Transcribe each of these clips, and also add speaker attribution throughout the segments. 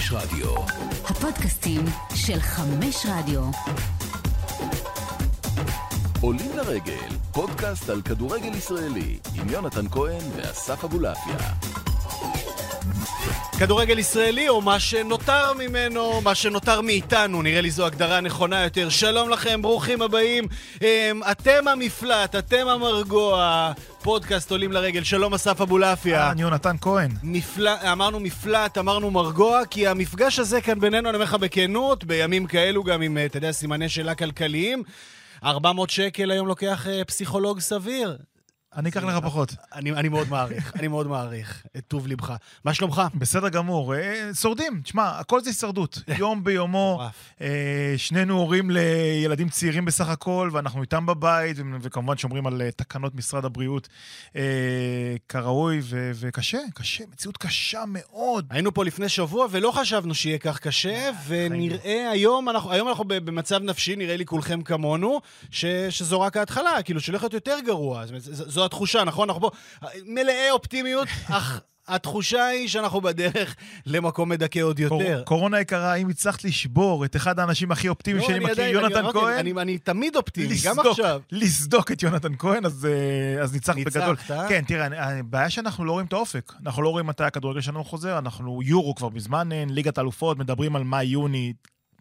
Speaker 1: חמש רדיו.
Speaker 2: הפודקאסטים של חמש רדיו.
Speaker 1: עולים לרגל, פודקאסט על כדורגל ישראלי, עם יונתן כהן ואסף אבולעפיה.
Speaker 3: כדורגל ישראלי, או מה שנותר ממנו, מה שנותר מאיתנו, נראה לי זו הגדרה נכונה יותר. שלום לכם, ברוכים הבאים. אתם המפלט, אתם המרגוע. פודקאסט עולים לרגל. שלום אסף אבולעפיה.
Speaker 4: אני יונתן כהן.
Speaker 3: אמרנו מפלט, אמרנו מרגוע, כי המפגש הזה כאן בינינו, אני אומר לך בכנות, בימים כאלו גם עם, אתה יודע, סימני שאלה כלכליים. 400 שקל היום לוקח פסיכולוג סביר.
Speaker 4: אני אקח לך פחות.
Speaker 3: אני מאוד מעריך את טוב לבך. מה שלומך?
Speaker 4: בסדר גמור. שורדים, תשמע, הכל זה הישרדות. יום ביומו, שנינו הורים לילדים צעירים בסך הכל, ואנחנו איתם בבית, וכמובן שומרים על תקנות משרד הבריאות כראוי, וקשה, מציאות קשה מאוד.
Speaker 3: היינו פה לפני שבוע, ולא חשבנו שיהיה כך קשה, ונראה היום אנחנו במצב נפשי, נראה לי כולכם כמונו, שזו רק ההתחלה, כאילו שהולכת יותר גרוע. זו התחושה, נכון? אנחנו פה מלאי אופטימיות, אך התחושה היא שאנחנו בדרך למקום מדכא עוד יותר.
Speaker 4: קורונה יקרה, אם הצלחת לשבור את אחד האנשים הכי אופטימיים שאני מכיר, יונתן כהן.
Speaker 3: אני תמיד אופטימי, גם עכשיו.
Speaker 4: לסדוק את יונתן כהן, אז ניצחת בגדול. כן, תראה, הבעיה שאנחנו לא רואים את האופק. אנחנו לא רואים מתי הכדורגל שלנו חוזר, אנחנו יורו כבר בזמן, ליגת האלופות, מדברים על מאי-יוני.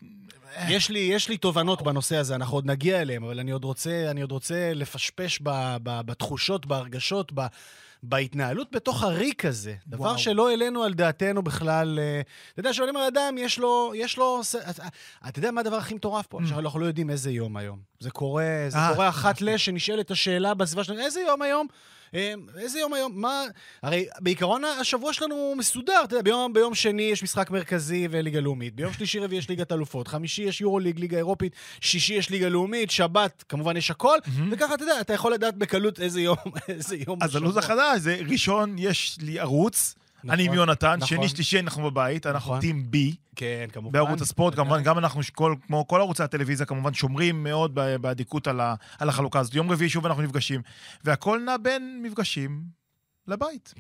Speaker 3: יש לי תובנות בנושא הזה, אנחנו עוד נגיע אליהם, אבל אני עוד רוצה לפשפש בתחושות, בהרגשות, בהתנהלות בתוך הריק הזה. דבר שלא אלינו על דעתנו בכלל. אתה יודע, שואלים על אדם, יש לו... אתה יודע מה הדבר הכי מטורף פה? שאנחנו לא יודעים איזה יום היום. זה קורה אחת שנשאלת השאלה בסביבה שלנו, איזה יום היום? איזה יום היום? מה? הרי בעיקרון השבוע שלנו מסודר, אתה יודע, ביום שני יש משחק מרכזי וליגה לאומית, ביום שלישי רביעי יש ליגת אלופות, חמישי יש יורו ליג, ליגה אירופית, שישי יש ליגה לאומית, שבת, כמובן יש הכל, וככה אתה יודע, אתה יכול לדעת בקלות איזה יום
Speaker 4: אז הלו"ז החדש, זה ראשון יש לי ערוץ, אני עם יונתן, שני שלישי אנחנו בבית, אנחנו טים בי,
Speaker 3: כן, כמובן.
Speaker 4: בערוץ הספורט, כמובן, גם אנחנו, כמו כל ערוצי הטלוויזיה, כמובן שומרים מאוד בעדיקות על החלוקה הזאת. יום רביעי שוב אנחנו נפגשים, והכל נע בין מפגשים לבית,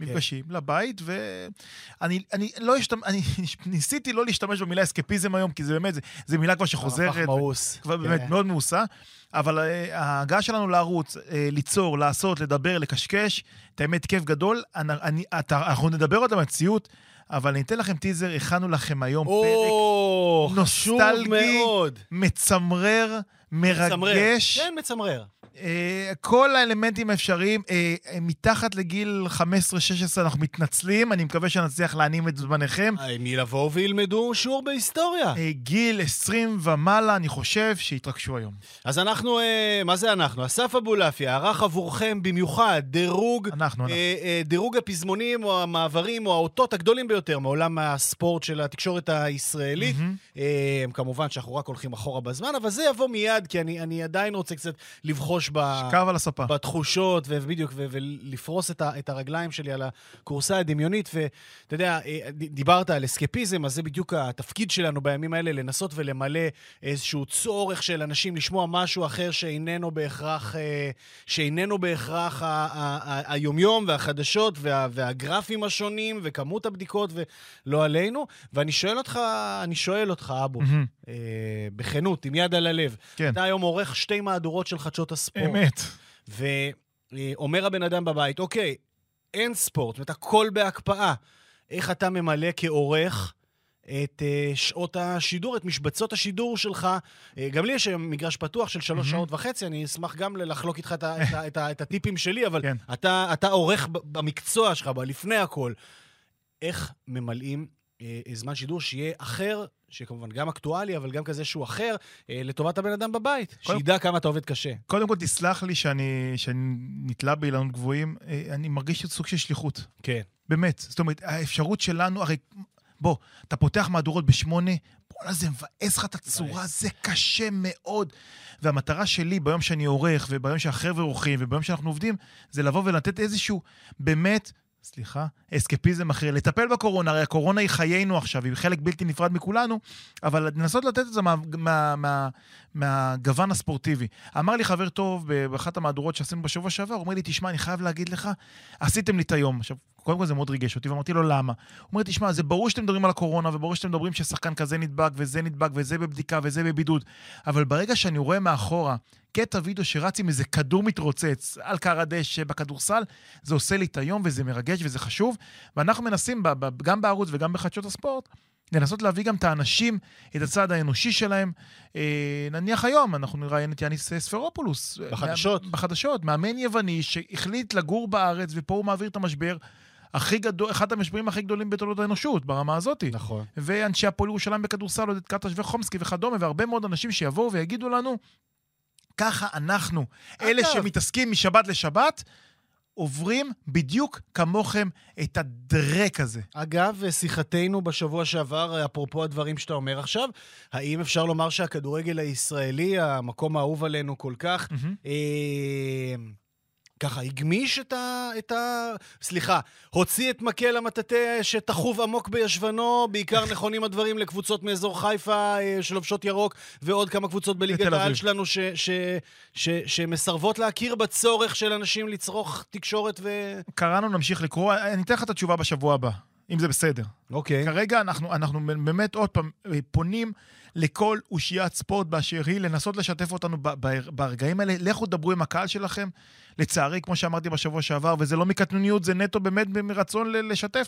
Speaker 4: ואני ניסיתי לא להשתמש במילה אסקפיזם היום, כי זה באמת, זה מילה כבר שחוזרת, כבר באמת מאוד מעושה, אבל ההגעה שלנו לערוץ, ליצור, לעשות, לדבר, לקשקש, את האמת כיף גדול, אנחנו נדבר עוד המציאות, אבל אני אתן לכם טיזר, הכנו לכם היום פרק נוסטלגי, מצמרר, מרגש.
Speaker 3: כן, מצמרר.
Speaker 4: כל האלמנטים האפשריים, מתחת לגיל 15-16 אנחנו מתנצלים, אני מקווה שנצליח להנים את זמניכם.
Speaker 3: הם ילבואו וילמדו שיעור בהיסטוריה.
Speaker 4: גיל 20 ומעלה, אני חושב שהתרגשו היום.
Speaker 3: אז אנחנו, מה זה אנחנו? אסף אבולעפיה, ערך עבורכם במיוחד דירוג הפזמונים או המעברים או האותות הגדולים ביותר מעולם הספורט של התקשורת הישראלית. כמובן שאנחנו רק הולכים אחורה בזמן, אבל זה יבוא מיד, כי אני עדיין רוצה קצת לבחוש בתחושות, ובדיוק, ולפרוס את הרגליים שלי על הקורסה הדמיונית, ואתה יודע, דיברת על אסקפיזם, אז זה בדיוק התפקיד שלנו בימים האלה, לנסות ולמלא איזשהו צורך של אנשים לשמוע משהו אחר שאיננו בהכרח היומיום והחדשות והגרפים השונים וכמות הבדיקות ולא עלינו, ואני שואל אותך, אבו, בכנות, עם יד על הלב, אתה היום עורך 2 מהדורות של חדשות הספורט.
Speaker 4: אמת.
Speaker 3: ואומר הבן אדם בבית, אוקיי, אין ספורט, ואתה הכל בהקפאה. איך אתה ממלא כעורך את שעות השידור, את משבצות השידור שלך? גם לי יש מגרש פתוח של 3.5 שעות, אני אשמח גם לחלוק איתך את הטיפים שלי, אבל אתה עורך במקצוע שלך, לפני הכל. איך ממלאים זמן שידור שיהיה אחר, שכמובן גם אקטואלי, אבל גם כזה שהוא אחר, לטובת הבן אדם בבית, שידע כמה אתה עובד קשה.
Speaker 4: קודם כל, תסלח לי שאני נתלה באילנות גבוהים, אני מרגיש סוג של שליחות.
Speaker 3: כן.
Speaker 4: באמת. זאת אומרת, האפשרות שלנו, הרי, בוא, אתה פותח מהדורות ב8, בוא, זה מבאס לך את הצורה, זה קשה מאוד. והמטרה שלי ביום שאני עורך, וביום שהחבר'ה עורכים, וביום שאנחנו עובדים, זה לבוא ולתת איזשהו, באמת, אסקפיזם אחר, לטפל בקורונה, הרי הקורונה היא חיינו עכשיו, היא חלק בלתי נפרד מכולנו, אבל לנסות לתת את זה מהגוון הספורטיבי. אמר לי חבר טוב, באחת המהדורות שעשינו בשבוע שעבר, הוא אומר לי, תשמע, אני חייב להגיד לך, עשיתם לי את היום. עכשיו, קודם כל זה מאוד ריגש אותי, ואמרתי לו למה. הוא אומר, תשמע, זה ברור שאתם מדברים על הקורונה, וברור שאתם מדברים ששחקן כזה נדבק, וזה נדבק, וזה בבדיקה, וזה בבידוד. אבל ברגע שאני רואה מאחורה, קטע וידאו שרץ עם איזה כדור מתרוצץ על קר הדשא בכדורסל, זה עושה לי את היום, וזה מרגש, וזה חשוב. ואנחנו מנסים, גם בערוץ וגם בחדשות הספורט, לנסות להביא גם את האנשים, את הצד האנושי שלהם. נניח היום, אנחנו נראיין את יאניס ספרופולוס. בחדשות, מאמן יווני שהחליט לגור בארץ, ופה הוא מעביר את המשבר הכי גדול, אחד המשברים הכי גדולים בתולדות האנושות, ברמה הזאת.
Speaker 3: נכון.
Speaker 4: ואנשי הפועל ירושלים בכדורסל, עודד קטש וחומסקי וכדומה, והרבה מאוד אנשים שיבואו ויגידו לנו, ככה אנחנו, אלה שמתעסקים משבת לשבת, עוברים בדיוק כמוכם את הדרק הזה.
Speaker 3: אגב, שיחתנו בשבוע שעבר, אפרופו הדברים שאתה אומר עכשיו, האם אפשר לומר שהכדורגל הישראלי, המקום האהוב עלינו כל כך, ככה הגמיש סליחה, הוציא את מקל המטאטא שתחוב עמוק בישבנו, בעיקר נכונים הדברים לקבוצות מאזור חיפה שלובשות ירוק, ועוד כמה קבוצות בליגת העל שלנו שמסרבות להכיר בצורך של אנשים לצרוך תקשורת
Speaker 4: קראנו, נמשיך לקרוא, אני אתן לך את התשובה בשבוע הבא, אם זה בסדר.
Speaker 3: אוקיי.
Speaker 4: כרגע אנחנו באמת עוד פעם פונים לכל אושיית ספורט באשר היא, לנסות לשתף אותנו ברגעים האלה, לכו דברו עם הקהל שלכם, לצערי, כמו שאמרתי בשבוע שעבר, וזה לא מקטנוניות, זה נטו באמת מרצון לשתף.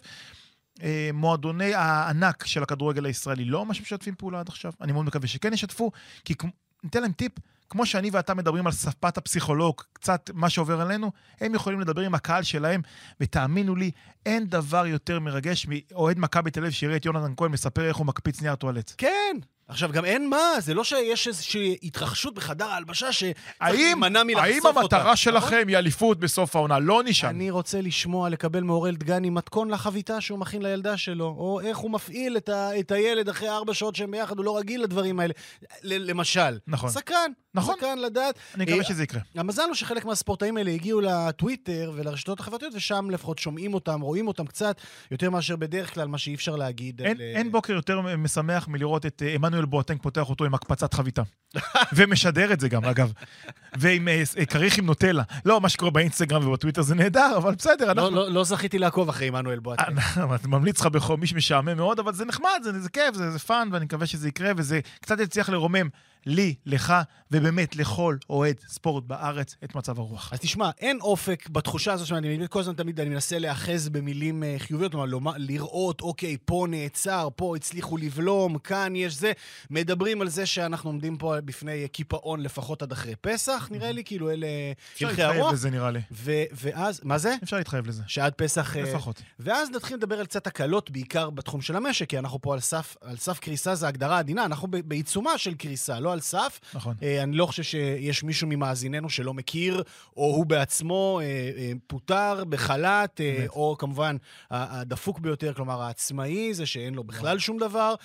Speaker 4: מועדוני הענק של הכדורגל הישראלי לא ממש משתפים פעולה עד עכשיו, אני מאוד מקווה שכן ישתפו, כי ניתן להם טיפ, כמו שאני ואתה מדברים על שפת הפסיכולוג, קצת מה שעובר עלינו, הם יכולים לדבר עם הקהל שלהם, ותאמינו לי, אין דבר יותר מרגש מאוהד מכבי תל אביב שיראה את יונתן כהן מספר איך הוא מקפיץ נייר טואלט.
Speaker 3: כן. עכשיו, גם אין מה, זה לא שיש איזושהי התרחשות בחדר ההלבשה שצריך להימנע מלחשוף אותה.
Speaker 4: האם המטרה שלכם היא אליפות בסוף העונה? לא נשאר.
Speaker 3: אני רוצה לשמוע, לקבל מאורל דגני מתכון לחביתה שהוא מכין לילדה שלו, או איך הוא מפעיל את הילד אחרי 4 שעות שהם ביחד, הוא לא רגיל לדברים האלה. למשל.
Speaker 4: נכון.
Speaker 3: סקרן.
Speaker 4: נכון.
Speaker 3: סקרן לדעת.
Speaker 4: אני מקווה שזה יקרה.
Speaker 3: המזל הוא שחלק מהספורטאים האלה הגיעו לטוויטר ולרשתות החברתיות, ושם לפחות שומעים אותם, רואים אותם קצת, יותר מאשר בדרך כלל, מה שאי אפשר להגיד.
Speaker 4: אין בוקר יותר משמח מלראות את עמנואל בואטנג פותח אותו עם הקפצת חביתה. ומשדר את זה גם, אגב. ועם כריך עם נוטלה. לא, מה שקורה באינסטגרם ובטוויטר זה נהדר, אבל בסדר.
Speaker 3: לא זכיתי לעקוב אחרי עמנואל בואטנג.
Speaker 4: ממליץ לך בחום, מישהו משעמם מאוד, אבל זה נחמד, זה כיף, זה פאן, ואני מקווה שזה יקרה, וזה קצת יצליח לרומם לי, לך, ובאמת לכל אוהד ספורט בארץ את מצב הרוח.
Speaker 3: אז תשמע, אין אופק בתחושה הזו שאני כל הזמן תמיד אני מנסה לאחז במילים חיוביות, כלומר, לראות, אוקיי, פה נעצר, פה הצליחו לבלום, כאן יש זה, מדברים על זה שאנחנו עומדים פה בפני קיפאון לפחות עד אחרי פסח, נראה לי כאילו אלה
Speaker 4: אפשר להתחייב לזה נראה לי.
Speaker 3: ואז, מה זה?
Speaker 4: אפשר להתחייב לזה.
Speaker 3: שעד פסח...
Speaker 4: לפחות.
Speaker 3: ואז נתחיל לדבר על קצת הקלות, בעיקר בתחום של המשק, כי אנחנו פה על סף קריסה, זה הגדרה עדינה, אנחנו בעיצומה של קריסה, לא על סף.
Speaker 4: נכון.
Speaker 3: אני לא חושב שיש מישהו ממאזיננו שלא מכיר, או הוא בעצמו פוטר בחל"ת, או כמובן הדפוק ביותר, כלומר העצמאי, זה שאין לו בכלל שום דבר.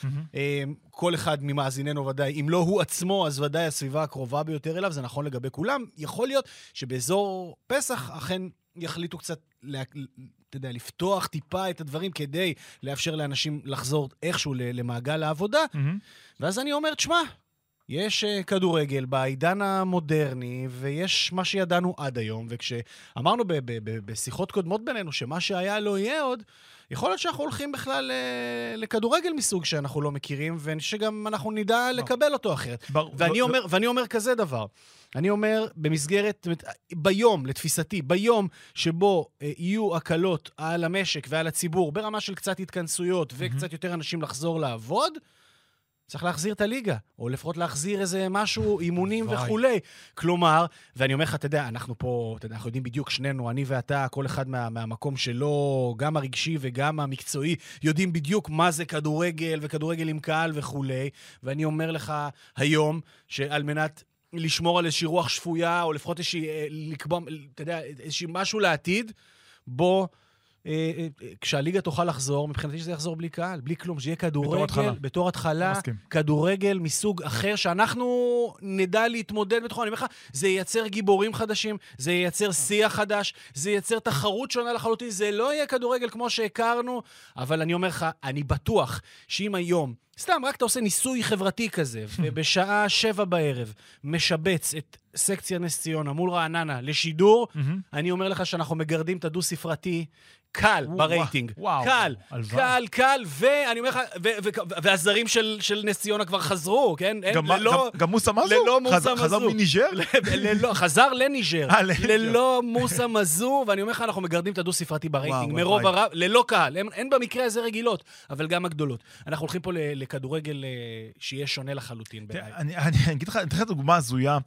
Speaker 3: כל אחד ממאזיננו ודאי, אם לא הוא עצמו, אז ודאי הסביבה הקרובה ביותר אליו, זה נכון לגבי כולם. יכול להיות שבאזור פסח אכן יחליטו קצת לפתוח טיפה את הדברים כדי לאפשר לאנשים לחזור איכשהו למעגל העבודה. ואז אני אומר, תשמע, יש כדורגל בעידן המודרני, ויש מה שידענו עד היום, וכשאמרנו בשיחות קודמות בינינו, שמה שהיה לא יהיה עוד, יכול להיות שאנחנו הולכים בכלל לכדורגל מסוג שאנחנו לא מכירים, ושגם אנחנו נדע לקבל אותו אחרת. ואני אומר כזה דבר, אני אומר במסגרת, ביום, לתפיסתי, ביום שבו יהיו הקלות על המשק ועל הציבור, ברמה של קצת התכנסויות וקצת יותר אנשים לחזור לעבוד, צריך להחזיר את הליגה, או לפחות להחזיר איזה משהו, אימונים וכולי. כלומר, ואני אומר לך, אתה יודע, אנחנו פה, אתה יודע, אנחנו יודעים בדיוק שנינו, אני ואתה, כל אחד מהמקום שלו, גם הרגשי וגם המקצועי, יודעים בדיוק מה זה כדורגל, וכדורגל עם קהל וכולי. ואני אומר לך היום, שעל מנת לשמור על איזושהי רוח שפויה, או לפחות לקבוע, אתה יודע, איזשהו משהו לעתיד, בו כשהליגה תוכל לחזור, מבחינתי שזה יחזור בלי קהל, בלי כלום, שיהיה כדורגל, בתור התחלה, כדורגל מסוג אחר, שאנחנו נדע להתמודד בתוכו. אני אומר לך, זה ייצר גיבורים חדשים, זה ייצר שיח חדש, זה ייצר תחרות שונה לחלוטין, זה לא יהיה כדורגל כמו שהכרנו, אבל אני אומר לך, אני בטוח שאם היום סתם, רק אתה עושה ניסוי חברתי כזה, ובשעה 7 בערב משבץ את סקציה נס ציונה מול רעננה לשידור, אני אומר לך שאנחנו מגרדים את הדו-ספרתי קל ברייטינג. קל, ואני אומר לך, והזרים של נס ציונה כבר חזרו, כן?
Speaker 4: גם מוסה מזו? חזר מניג'ר?
Speaker 3: חזר לניג'ר. ללא מוסה מזו, ואני אומר לך, אנחנו מגרדים את הדו-ספרתי ברייטינג, מרוב הרב, ללא קהל. אין במקרה הזה רגילות, אבל גם הגדולות. אנחנו הולכים פה לכדורגל שיהיה שונה לחלוטין.
Speaker 4: אני אגיד לך, אני אתן לך דוגמה הזויה.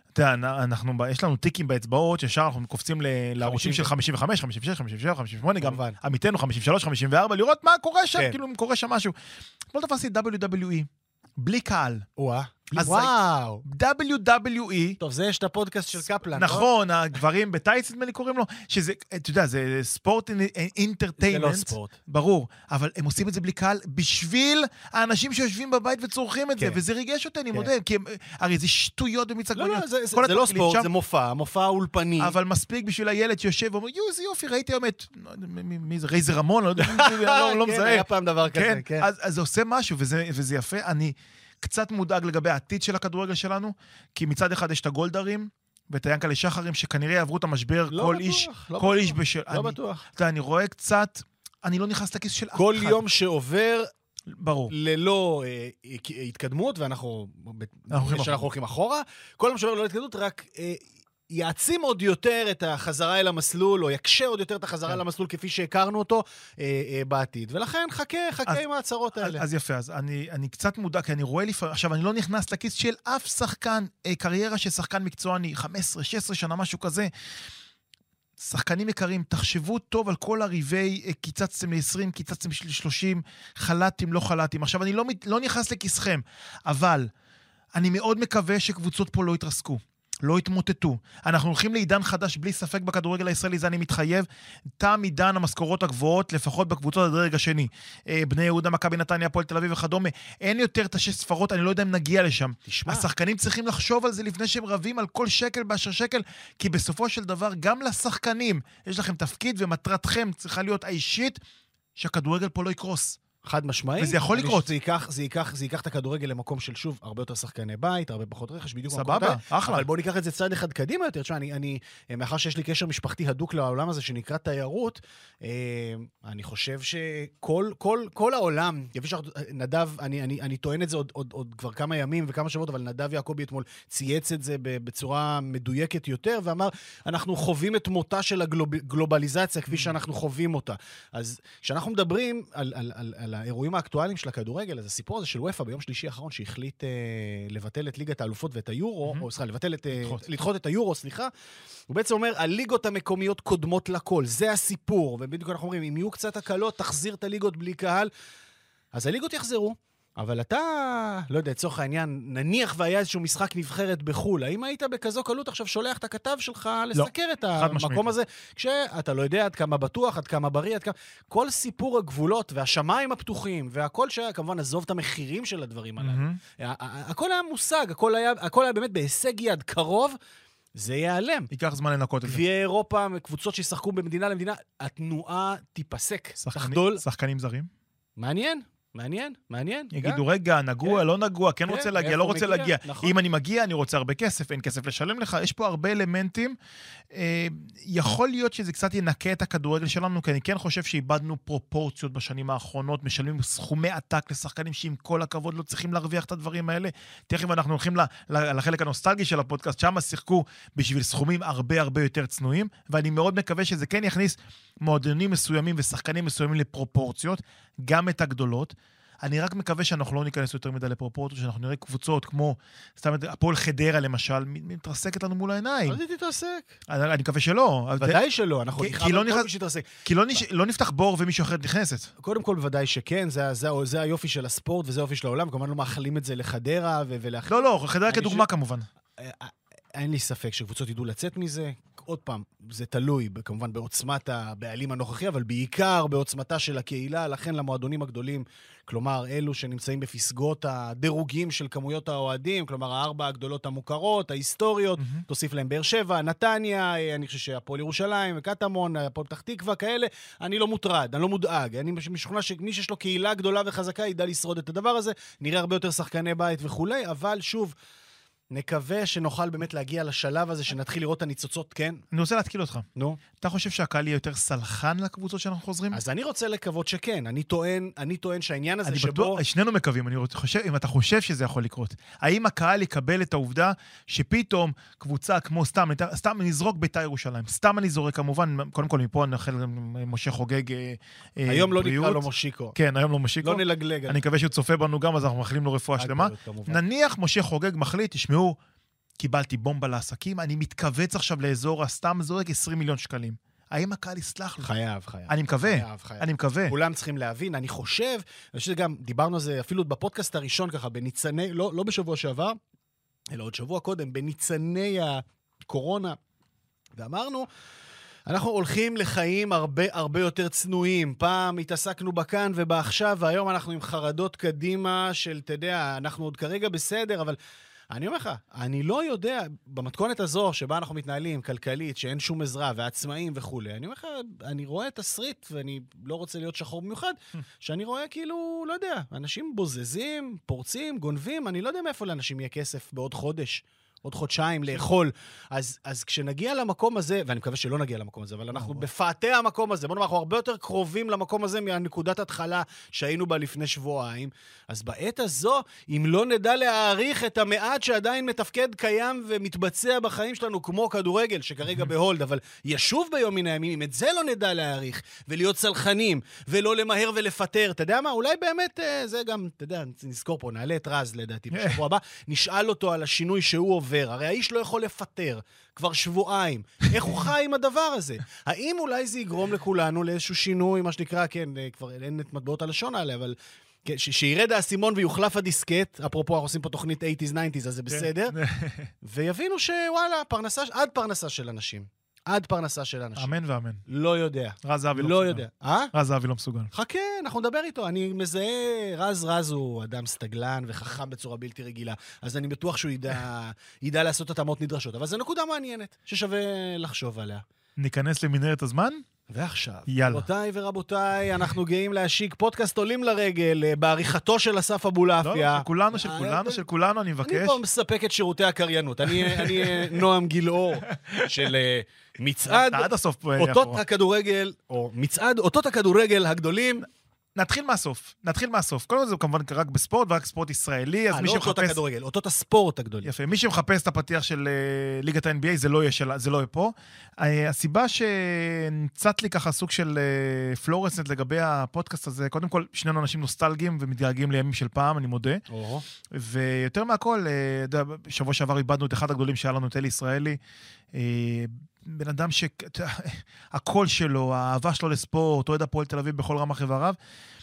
Speaker 4: יש לנו טיקים באצבעות, ישר אנחנו קופצים לערוצים של 55, 56, 57, 58, גם עמיתנו 53, 54, לראות מה קורה שם, כאילו אם קורה שם משהו. לא תפסתי WWE, בלי קהל.
Speaker 3: וואו.
Speaker 4: WWE.
Speaker 3: טוב, זה יש את הפודקאסט של קפלן.
Speaker 4: נכון, הגברים בטייץ, נדמה לי קוראים לו, שזה, אתה יודע, זה ספורט אינטרטיימנט.
Speaker 3: זה לא ספורט.
Speaker 4: ברור, אבל הם עושים את זה בלי קהל, בשביל האנשים שיושבים בבית וצורכים את זה, וזה ריגש אותי, אני מודה, כי הרי זה שטויות במצגוניות.
Speaker 3: לא, זה לא ספורט, זה מופע אולפני.
Speaker 4: אבל מספיק בשביל הילד שיושב ואומר, זה יופי, ראיתי היום את, מי זה, רייזר רמון, לא מזהה.
Speaker 3: היה פעם דבר כזה, כן.
Speaker 4: אז זה עושה משהו, וזה יפה. אני קצת מודאג לגבי העתיד של הכדורגל שלנו, כי מצד אחד יש את הגולדרים, ואת היאנקלה שחרים, שכנראה יעברו את המשבר, כל איש בשל...
Speaker 3: לא בטוח.
Speaker 4: אני רואה קצת, אני לא נכנס לכיס של אף אחד.
Speaker 3: כל יום שעובר,
Speaker 4: ברור.
Speaker 3: ללא התקדמות, ואנחנו הולכים אחורה, כל יום שעובר ללא התקדמות, רק יעצים עוד יותר את החזרה אל המסלול, או יקשה עוד יותר את החזרה אל המסלול, כפי שהכרנו אותו בעתיד. ולכן חכה עם ההצהרות האלה.
Speaker 4: אז יפה, אז אני קצת מודע, כי אני רואה לפעמים, עכשיו אני לא נכנס לכיס של אף שחקן, קריירה של שחקן מקצועני, 15, 16 שנה, משהו כזה. שחקנים יקרים, תחשבו טוב על כל הריבי, קיצצתם ל-20, קיצצתם ל-30, חלטים, לא חלטים. עכשיו אני לא נכנס לכיסכם, אבל אני מאוד מקווה שקבוצות פה לא יתרסקו. לא התמוטטו. אנחנו הולכים לעידן חדש בלי ספק בכדורגל הישראלי, זה אני מתחייב. תם עידן המשכורות הגבוהות, לפחות בקבוצות הדרג השני. בני יהודה, מכבי נתניה, הפועל תל אביב וכדומה. אין יותר את 6 ספרות, אני לא יודע אם נגיע לשם.
Speaker 3: תשמע.
Speaker 4: השחקנים צריכים לחשוב על זה לפני שהם רבים על כל שקל באשר שקל, כי בסופו של דבר גם לשחקנים יש לכם תפקיד ומטרתכם צריכה להיות האישית שהכדורגל פה לא יקרוס.
Speaker 3: חד משמעי.
Speaker 4: וזה יכול לקרות.
Speaker 3: זה ייקח את הכדורגל למקום של שוב, הרבה יותר שחקני בית, הרבה פחות רכש, בדיוק.
Speaker 4: סבבה, אחלה.
Speaker 3: אבל בואו ניקח את זה צעד אחד קדימה יותר. תשמע, מאחר שיש לי קשר משפחתי הדוק לעולם הזה שנקרא תיירות, אני חושב שכל העולם, נדב, אני טוען את זה עוד כבר כמה ימים וכמה שבועות, אבל נדב יעקבי אתמול צייץ את זה בצורה מדויקת יותר, ואמר, אנחנו חווים את מותה של הגלובליזציה, כפי שאנחנו חווים אותה. אז כשאנחנו מדברים על האירועים האקטואליים של הכדורגל, אז הסיפור הזה של וופא ביום שלישי האחרון שהחליט לבטל את ליגת האלופות ואת היורו, או סליחה, לדחות את היורו, סליחה, הוא בעצם אומר, הליגות המקומיות קודמות לכל, זה הסיפור, ובדיוק אנחנו אומרים, אם יהיו קצת הקלות, תחזיר את הליגות בלי קהל, אז הליגות יחזרו, אבל אתה, לא יודע, לצורך העניין, נניח והיה איזשהו משחק נבחרת בחול, האם היית בכזו קלות עכשיו שולח את הכתב שלך לסקר את המקום הזה, כשאתה לא יודע עד כמה בטוח, עד כמה בריא, עד כמה... כל סיפור הגבולות והשמיים הפתוחים, והכל שהיה, כמובן, עזוב את המחירים של הדברים הללו. הכל היה מושג, הכל היה באמת בהישג יד קרוב, זה ייעלם.
Speaker 4: ייקח זמן לנקות את זה.
Speaker 3: גביעי אירופה, קבוצות שישחקו במדינה למדינה, התנועה תיפסק,
Speaker 4: תחדול. שחקנים זרים?
Speaker 3: מעניין.
Speaker 4: יגידו, רגע, נגוע, לא נגוע, כן רוצה להגיע, לא רוצה להגיע. אם אני מגיע, אני רוצה הרבה כסף, אין כסף לשלם לך. יש פה הרבה אלמנטים. יכול להיות שזה קצת ינקה את הכדורגל שלנו, כי אני כן חושב שאיבדנו פרופורציות בשנים האחרונות, משלמים סכומי עתק לשחקנים שעם כל הכבוד לא צריכים להרוויח את הדברים האלה. תכף אנחנו הולכים לחלק הנוסטלגי של הפודקאסט, שם שיחקו בשביל סכומים הרבה הרבה יותר צנועים, ואני מאוד מקווה שזה כן יכניס מועדונים מסוימים ושחקנים מסוימים לפרופורציות, גם את הגדולות. אני רק מקווה שאנחנו לא ניכנס יותר מדי לפרופורציות, שאנחנו נראה קבוצות כמו, סתם, הפועל חדרה למשל, מתרסקת לנו מול העיניים.
Speaker 3: אז היא תתרסק.
Speaker 4: אני מקווה שלא.
Speaker 3: ודאי שלא, אנחנו
Speaker 4: כי לא נפתח בור ומישהו אחרת נכנסת.
Speaker 3: קודם כל בוודאי שכן, זה היופי של הספורט וזה היופי של העולם, כמובן לא מאחלים את זה לחדרה ולאחרים.
Speaker 4: לא, חדרה כדוגמה כמובן.
Speaker 3: אין לי ספק שקבוצות ידעו לצאת מזה, עוד פעם, זה תלוי כמובן בעוצמת הבעלים הנוכחי, אבל בעיקר בעוצמתה של הקהילה, לכן למועדונים הגדולים, כלומר, אלו שנמצאים בפסגות הדירוגים של כמויות האוהדים, כלומר, 4 הגדולות המוכרות, ההיסטוריות, תוסיף להם באר שבע, נתניה, אני חושב שהפועל ירושלים, קטמון, הפועל פתח תקווה, כאלה, אני לא מוטרד, אני לא מודאג. אני משוכנע שמי שיש לו קהילה גדולה וחזקה, ידע לשרוד את הדבר הזה, נראה הרבה יותר שחקני בית וכולי, אבל שוב, נקווה שנוכל באמת להגיע לשלב הזה, שנתחיל לראות את הניצוצות, כן?
Speaker 4: אני רוצה להתקיל אותך.
Speaker 3: נו?
Speaker 4: אתה חושב שהקהל יהיה יותר סלחן לקבוצות שאנחנו חוזרים?
Speaker 3: אז אני רוצה לקוות שכן. אני טוען שהעניין הזה שבו...
Speaker 4: שנינו מקווים, אם אתה חושב שזה יכול לקרות. האם הקהל יקבל את העובדה שפתאום קבוצה כמו סתם נזרוק בית"ר ירושלים. סתם אני זורק, כמובן, קודם כל מפה נאחל משה חוגג
Speaker 3: היום לא נקרא לו מושיקו.
Speaker 4: כן, היום לא מושיקו.
Speaker 3: לא נלגלג.
Speaker 4: אני מקווה שהוא צופה בנו גם, אז אנחנו מאחלים לו רפואה שלמה. נניח משה חוגג מחליט, תשמעו, קיבלתי בומבה לעסקים, אני מתכווץ עכשיו לאזור הסתם זורק 20 מיליון שקלים. האם הקהל יסלח לי?
Speaker 3: חייב.
Speaker 4: אני מקווה. אני מקווה.
Speaker 3: כולם צריכים להבין, אני חושב שגם דיברנו על זה אפילו בפודקאסט הראשון ככה, בניצני, לא בשבוע שעבר, אלא עוד שבוע קודם, בניצני הקורונה, ואמרנו, אנחנו הולכים לחיים הרבה יותר צנועים. פעם התעסקנו בכאן ובעכשיו, והיום אנחנו עם חרדות קדימה של, אתה יודע, אנחנו עוד כרגע בסדר, אבל אני אומר לך, אני לא יודע, במתכונת הזו שבה אנחנו מתנהלים, כלכלית, שאין שום עזרה, ועצמאים וכו', אני אומר לך, אני רואה תסריט, ואני לא רוצה להיות שחור במיוחד, שאני רואה כאילו, לא יודע, אנשים בוזזים, פורצים, גונבים, אני לא יודע מאיפה לאנשים יהיה כסף בעוד חודש, עוד חודשיים לאכול. אז כשנגיע למקום הזה, ואני מקווה שלא נגיע למקום הזה, אבל אנחנו בפאתי המקום הזה, בוא נאמר, אנחנו הרבה יותר קרובים למקום הזה מהנקודת התחלה שהיינו בה לפני שבועיים, אז בעת הזו, אם לא נדע להעריך את המעט שעדיין מתפקד קיים ומתבצע בחיים שלנו, כמו כדורגל, שכרגע בהולד, אבל ישוב ביום מן הימים, אם את זה לא נדע להעריך, ולהיות סלחנים, ולא למהר ולפטר, אתה יודע מה? אולי באמת, זה גם, אתה יודע, נזכור פה, נעלה את רז לדעתי בשבוע הבא, נשאל אותו על השינוי שהוא עובר. הרי האיש לא יכול לפטר כבר שבועיים. איך הוא חי עם הדבר הזה? האם אולי זה יגרום לכולנו לאיזשהו שינוי, מה שנקרא, כן, כבר אין את מטבעות הלשון האלה, אבל שירד האסימון ויוחלף הדיסקט, אפרופו, אנחנו עושים פה תוכנית 80s, 90s, אז זה בסדר, ויבינו שוואלה, עד פרנסה של אנשים. עד פרנסה של אנשים.
Speaker 4: אמן ואמן.
Speaker 3: לא יודע.
Speaker 4: רז זהבי לא מסוגל. רז זהבי לא מסוגל.
Speaker 3: חכה, אנחנו נדבר איתו. אני מזהה, רז הוא אדם סטגלן וחכם בצורה בלתי רגילה. אז אני בטוח שהוא ידע לעשות התאמות נדרשות. אבל זו נקודה מעניינת, ששווה לחשוב עליה.
Speaker 4: ניכנס למנהרת הזמן?
Speaker 3: ועכשיו,
Speaker 4: יאללה.
Speaker 3: רבותיי ורבותיי, אנחנו גאים להשיק פודקאסט עולים לרגל בעריכתו של אסף אבולעפיה.
Speaker 4: לא, של כולנו, אני מבקש.
Speaker 3: אני פה מספק את שירותי הקריינות. אני נועם גילאור של מצעד אותות הכדורגל, או מצעד אותות הכדורגל הגדולים.
Speaker 4: נתחיל מהסוף. קודם כל זה כמובן רק בספורט, ורק ספורט ישראלי.
Speaker 3: לא אותות הכדורגל, אותות הספורט הגדולים.
Speaker 4: יפה, מי שמחפש את הפתיח של ליגת ה-NBA, זה לא יהיה פה. הסיבה שנצאת לי ככה סוג של פלורסנט לגבי הפודקאסט הזה, קודם כל, שנינו אנשים נוסטלגיים ומתגעגעים לימים של פעם, אני מודה. ויותר מהכל, שבוע שעבר איבדנו את אחד הגדולים שהיה לנו, את אלי ישראלי, בן אדם שהקול שלו, האהבה שלו לספורט, אוהד הפועל תל אביב בכל רמ"ח איבריו,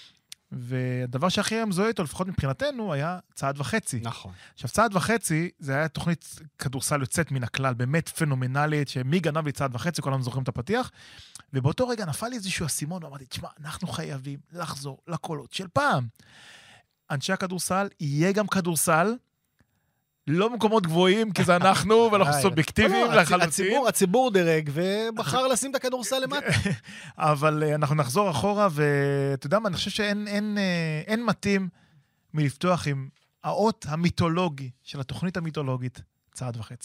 Speaker 4: והדבר שהכי היה מזוהה איתו, לפחות מבחינתנו, היה צעד וחצי.
Speaker 3: נכון.
Speaker 4: עכשיו, צעד וחצי, זה היה תוכנית כדורסל יוצאת מן הכלל, באמת פנומנלית, שמי גנב לי צעד וחצי, כולנו זוכרים את הפתיח, ובאותו רגע נפל לי איזשהו אסימון, ואמרתי, תשמע, אנחנו חייבים לחזור לקולות של פעם. אנשי הכדורסל, יהיה גם כדורסל, לא מקומות גבוהים, כי זה אנחנו, ואנחנו סובייקטיביים לחלוטין.
Speaker 3: הציבור דרג, ובחר לשים את הכדורסל למטה.
Speaker 4: אבל אנחנו נחזור אחורה, ואתה יודע מה, אני חושב שאין מתאים מלפתוח עם האות המיתולוגי של התוכנית המיתולוגית, צעד וחצי.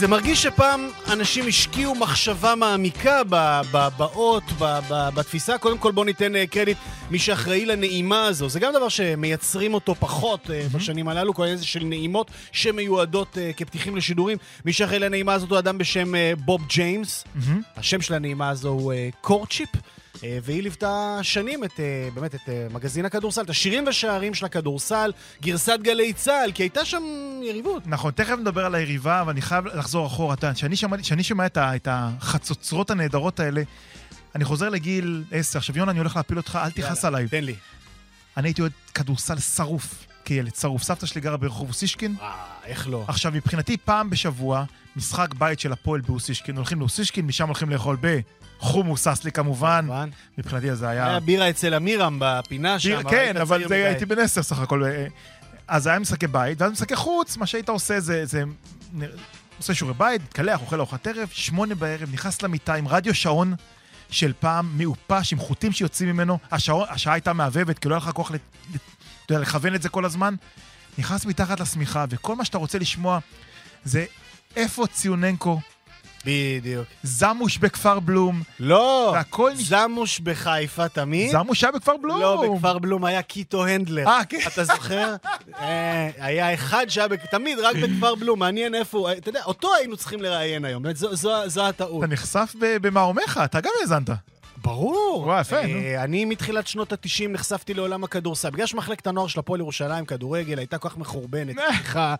Speaker 3: זה מרגיש שפעם אנשים השקיעו מחשבה מעמיקה באות, בתפיסה. קודם כל בוא ניתן קרדיט מי שאחראי לנעימה הזו. זה גם דבר שמייצרים אותו פחות בשנים הללו, כל איזה של נעימות שמיועדות כפתיחים לשידורים. מי שאחראי לנעימה הזו הוא אדם בשם בוב ג'יימס. השם של הנעימה הזו הוא קורצ'יפ. והיא ליוותה שנים באמת את מגזין הכדורסל, את השירים ושערים של הכדורסל, גרסת גלי צהל, כי הייתה שם יריבות.
Speaker 4: נכון, תכף נדבר על היריבה, אבל אני חייב לחזור אחורה. כשאני שומע את החצוצרות הנהדרות האלה, אני חוזר לגיל 10. עכשיו, יונה, אני הולך להפיל אותך, אל תכעס עליי.
Speaker 3: תן לי.
Speaker 4: אני הייתי עוד כדורסל שרוף, כילד שרוף. סבתא שלי גרה ברחוב אוסישקין.
Speaker 3: איך לא?
Speaker 4: עכשיו, מבחינתי, פעם בשבוע, משחק בית של הפועל באוסישקין. הולכים לאוסישקין, משם הולכים לאכול חומוס אסלי כמובן. מבחינתי זה היה...
Speaker 3: היה בירה אצל אמירם בפינה שם.
Speaker 4: כן, אבל הייתי בן 10 סך הכל. אז היה משחקי בית, ואז משחקי חוץ, מה שהיית עושה זה... עושה שיעורי בית, מתקלח, אוכל ארוחת ערב, 8 בערב, נכנס למיטה עם רדיו שעון של פעם מעופש, עם חוטים שיוצאים ממנו. השעה הייתה מעבבת, כי לא היה לך כוח לכוון את זה כל הזמן. נכנס מתחת לשמיכה, וכל מה שאתה רוצה לשמוע זה איפה ציוננקו,
Speaker 3: בדיוק.
Speaker 4: זמוש בכפר בלום.
Speaker 3: לא, זמוש בחיפה תמיד.
Speaker 4: זמוש היה בכפר בלום.
Speaker 3: לא, בכפר בלום היה קיטו הנדלר.
Speaker 4: כן.
Speaker 3: אתה זוכר? היה אחד שהיה תמיד רק בכפר בלום. מעניין איפה, אתה יודע, אותו היינו צריכים לראיין היום. זו הטעות.
Speaker 4: אתה נחשף במעומך, אתה גם האזנת.
Speaker 3: ברור.
Speaker 4: וואי, יפה, נו.
Speaker 3: אני מתחילת שנות ה-90 נחשפתי לעולם הכדורסל. בגלל שמחלקת הנוער של הפועל ירושלים, כדורגל, הייתה כל כך מחורבנת, סליחה.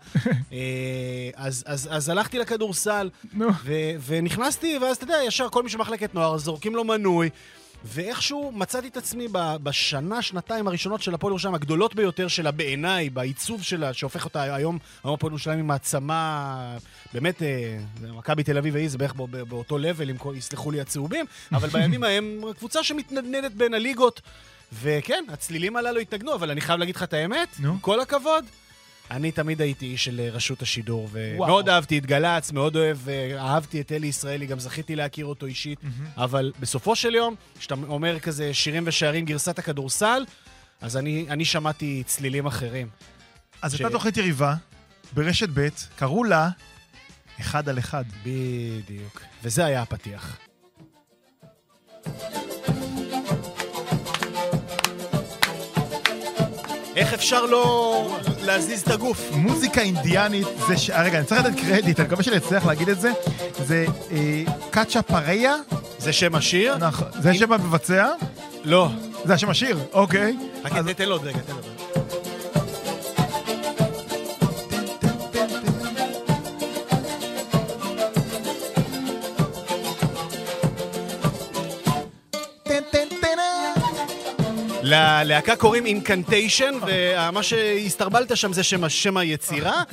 Speaker 3: אז הלכתי לכדורסל, ונכנסתי, ואז אתה יודע, ישר כל מי שמחלקת נוער, זורקים לו מנוי, ואיכשהו מצאתי את עצמי בשנה, שנתיים הראשונות של הפועל ירושלים, הגדולות ביותר שלה בעיניי, בעיצוב שלה, שהופך אותה היום הפועל ירושלים עם מעצמה, באמת, מכבי תל אביב זה בערך באותו לבל, אם יסלחו לי הצהובים, אבל בימים ההם קבוצה שמתנדנדת בין הליגות, וכן, הצלילים הללו התנגנו, אבל אני חייב להגיד לך את האמת, עם כל הכבוד, אני תמיד הייתי איש של רשות השידור, ומאוד אהבתי את גלץ, מאוד אהבתי את אלי ישראלי, גם זכיתי להכיר אותו אישית, אבל בסופו של יום, כשאתה אומר כזה שירים ושערים גרסת הכדורסל, אז אני שמעתי צלילים אחרים.
Speaker 4: אז הייתה תוכנית יריבה, ברשת ב', קראו לה 1 על 1.
Speaker 3: בדיוק. וזה היה הפתיח. איך אפשר לא להזיז את הגוף?
Speaker 4: מוזיקה אינדיאנית, רגע, אני צריך לתת קרדיט, אני מקווה שאני אצליח להגיד את זה. זה קאצ'ה פריה.
Speaker 3: זה שם השיר?
Speaker 4: נכון. זה שם המבצע?
Speaker 3: לא.
Speaker 4: זה השם השיר, אוקיי.
Speaker 3: תן לו עוד רגע, תן לו. ללהקה קוראים אינקנטיישן, ומה שהסתרבלת שם זה שם היצירה.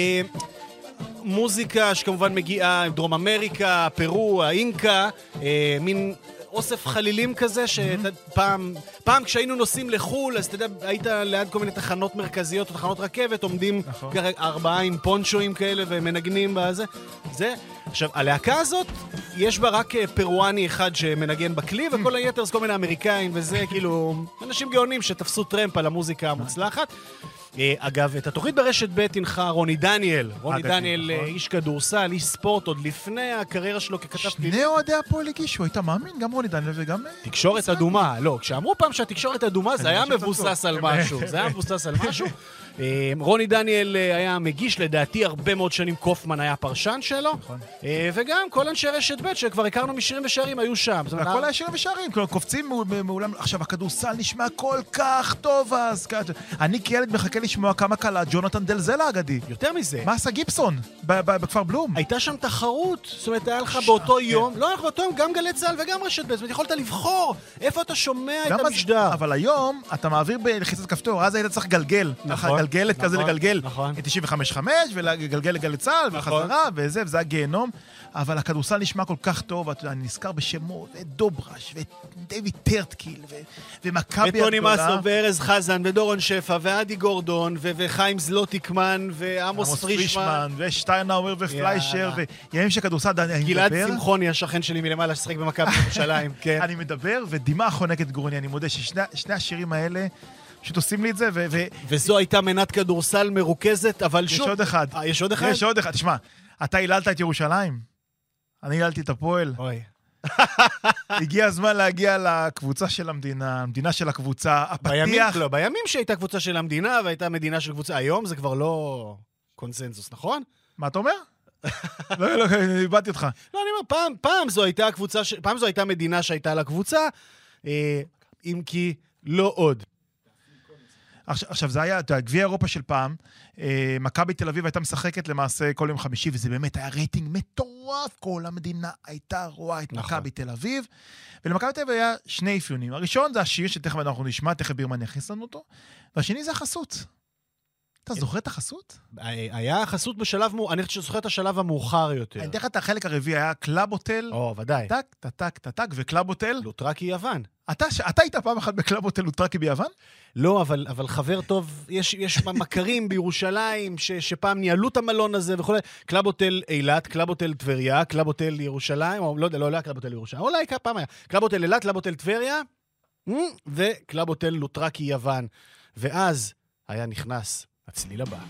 Speaker 3: מוזיקה שכמובן מגיעה עם דרום אמריקה, פרו, האינקה, מין אוסף חלילים כזה, שפעם כשהיינו נוסעים לחול, אז אתה יודע, היית ליד כל מיני תחנות מרכזיות או תחנות רכבת, עומדים 4 עם פונצ'ואים כאלה ומנגנים בזה. זה. עכשיו, הלהקה הזאת, יש בה רק פרואני אחד שמנגן בכלי, וכל היתר זה כל מיני אמריקאים, וזה כאילו אנשים גאונים שתפסו טרמפ על המוזיקה המוצלחת. אגב, את התוכנית ברשת ב' הנחה רוני דניאל. רוני דניאל, איש כדורסל, איש ספורט, עוד לפני הקריירה שלו ככתב פלילי.
Speaker 4: שני אוהדי הפועל הגישו, היית מאמין? גם רוני דניאל וגם...
Speaker 3: תקשורת אדומה. לא, כשאמרו פעם שהתקשורת אדומה, זה היה מבוסס על משהו. זה היה מבוסס על משהו. רוני דניאל היה מגיש, לדעתי הרבה מאוד שנים קופמן היה פרשן שלו, וגם כל אנשי רשת ב' שכבר הכרנו משירים ושערים היו שם.
Speaker 4: הכל היה שירים ושערים, קופצים מעולם. עכשיו, הכדורסל נשמע כל כך טוב אז. אני כילד מחכה לשמוע כמה קלה ג'ונתן דלזל האגדי.
Speaker 3: יותר מזה.
Speaker 4: מה עשה גיבסון בכפר בלום?
Speaker 3: הייתה שם תחרות, זאת אומרת, היה לך באותו יום, לא היה לך באותו יום, גם גלי צהל וגם רשת ב', זאת אומרת, יכולת לבחור איפה אתה שומע את המשדר.
Speaker 4: אבל היום אתה מעביר בלחיצת כפתור, אז היית צריך גלגל. גלגלת כזה לגלגל את 95.5 ולגלגל לגלי צהל וחזרה וזה הגיהנום, אבל הכדורסל נשמע כל כך טוב, אני נזכר בשמות, ואת דוברש ואת דיוויד טרטקיל ומכבי הגדולה,
Speaker 3: וטוני מסו וארז חזן ודורון שפע ועדי גורדון וחיים זלוטיקמן ועמוס פרישמן
Speaker 4: ושטיינאוור ופליישר וימים שכדורסל אני
Speaker 3: גלעד שמחוני השכן שלי מלמעלה ששחק במכבי ירושלים. אני
Speaker 4: מדבר ודמעה חונקת גרוני, אני מודה ששני השירים האלה פשוט עושים לי את זה,
Speaker 3: וזו הייתה מנת כדורסל מרוכזת, אבל שוב...
Speaker 4: יש עוד אחד.
Speaker 3: יש עוד אחד?
Speaker 4: יש עוד אחד, תשמע, אתה היללת את ירושלים? אני היללתי את הפועל.
Speaker 3: אוי.
Speaker 4: הגיע הזמן להגיע לקבוצה של המדינה, המדינה של הקבוצה, הפתיח.
Speaker 3: בימים שהייתה קבוצה של המדינה והייתה מדינה של קבוצה, היום זה כבר לא קונסנזוס, נכון?
Speaker 4: מה אתה אומר? לא, איבדתי אותך.
Speaker 3: לא, אני אומר, פעם זו הייתה מדינה שהייתה לה קבוצה, אם כי לא עוד.
Speaker 4: עכשיו, זה היה, גביע אירופה של פעם, מכבי תל אביב הייתה משחקת למעשה כל יום חמישי, וזה באמת היה רייטינג מטורף, כל המדינה הייתה רואה את מכבי תל אביב, ולמכבי תל אביב היה שני אפיונים. הראשון זה השיר שתכף אנחנו נשמע, תכף בירמן יכניס לנו אותו, והשני זה החסות. אתה זוכר את החסות?
Speaker 3: היה חסות בשלב, אני חושב שזוכר את השלב המאוחר יותר.
Speaker 4: אני אתן לך את החלק הרביעי, היה קלאב הוטל,
Speaker 3: ודאי.
Speaker 4: טק, וקלאב הוטל.
Speaker 3: לוטרקי יוון.
Speaker 4: אתה היית פעם אחת בקלאב הוטל לוטרקי ביוון?
Speaker 3: לא, אבל חבר טוב, יש מכרים בירושלים שפעם ניהלו את המלון הזה וכו'. קלאב הוטל אילת, קלאב הוטל טבריה, קלאב הוטל ירושלים, או לא יודע, לא היה קלאב הוטל ירושלים, אולי פעם היה. קלאב הוטל אילת, קלאב הוטל טבריה, וקלאב הוטל לוטרקי יוון. ואז היה נכנס הצליל הבא.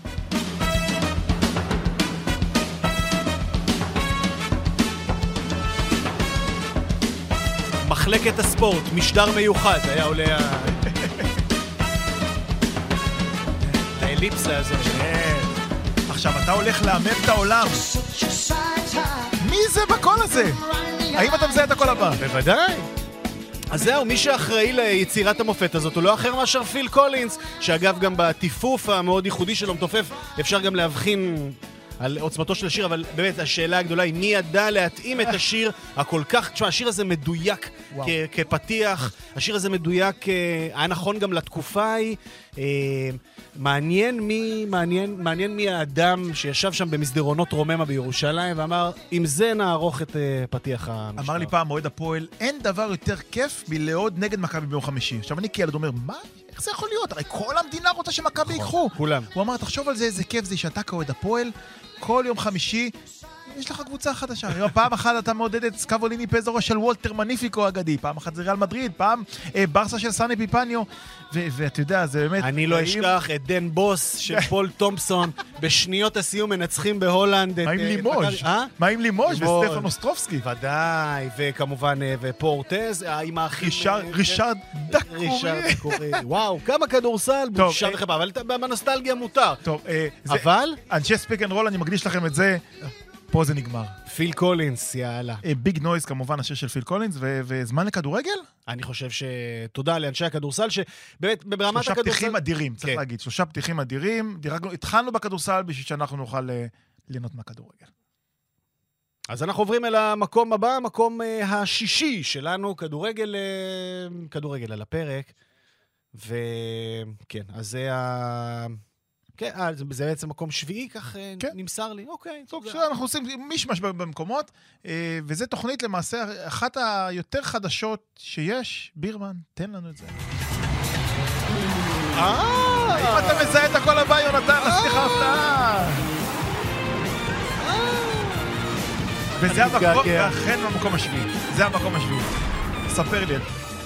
Speaker 3: מחלקת הספורט, משדר מיוחד, היה עולה האליפסה הזאת.
Speaker 4: עכשיו, אתה הולך לאמן את העולם. מי זה בקול הזה? האם אתה מזהה את הקול הבא?
Speaker 3: בוודאי. אז זהו, מי שאחראי ליצירת המופת הזאת הוא לא אחר מאשר פיל קולינס, שאגב גם בטיפוף המאוד ייחודי שלו מתופף, אפשר גם להבחין על עוצמתו של השיר, אבל באמת השאלה הגדולה היא מי ידע להתאים את השיר הכל כך, תשמע, השיר הזה מדויק כפתיח, השיר הזה מדויק, היה נכון גם לתקופה ההיא, מעניין מי האדם שישב שם במסדרונות רוממה בירושלים ואמר, עם זה נערוך את פתיח המשטר.
Speaker 4: אמר לי פעם מועד הפועל, אין דבר יותר כיף מלעוד נגד מכבי ביום חמישי. עכשיו אני כילד אומר, מה? איך זה יכול להיות? הרי כל המדינה רוצה שמכבי ייקחו.
Speaker 3: כולם.
Speaker 4: הוא אמר, תחשוב על זה, איזה כיף זה שאתה כעוד הפועל, כל יום חמישי, יש לך קבוצה חדשה. פעם אחת אתה מעודד את סקבוליני פזורו של וולטר מניפיקו אגדי, פעם אחת זה ריאל מדריד, פעם ברסה של סאני פיפניו, ואתה יודע, זה באמת...
Speaker 3: אני לא אשכח את דן בוס של פול תומפסון, בשניות הסיום מנצחים בהולנד את...
Speaker 4: מה עם לימוז' וסטפן אוסטרובסקי?
Speaker 3: ודאי, וכמובן, ופורטז, עם האחים...
Speaker 4: רישארד
Speaker 3: דקורי. וואו, כמה כדורסל, בושה וחפה, אבל בנוסטלגיה מותר.
Speaker 4: טוב,
Speaker 3: אבל...
Speaker 4: אנשי ספיק אנד רול, אני מקדיש לכם את זה. פה זה נגמר.
Speaker 3: פיל קולינס, יאללה.
Speaker 4: ביג נויז, כמובן, השיר של פיל קולינס, וזמן לכדורגל?
Speaker 3: אני חושב שתודה לאנשי הכדורסל, שבאמת, ברמת הכדורסל...
Speaker 4: 3 פתיחים אדירים, צריך להגיד. 3 פתיחים אדירים. התחלנו בכדורסל בשביל שאנחנו נוכל ליהנות מהכדורגל.
Speaker 3: אז אנחנו עוברים אל המקום הבא, המקום השישי שלנו, כדורגל על הפרק. וכן, אז זה כן, זה בעצם מקום שביעי, כך נמסר לי. אוקיי.
Speaker 4: טוב, אנחנו עושים מישמש במקומות, וזה תוכנית למעשה, אחת היותר חדשות שיש. בירמן, תן לנו את זה. אם אתה מזהה את הכל הבא, יונתן, נצליח ההפתעה. וזה המקום, ואכן המקום השביעי. זה המקום השביעי. ספר לי.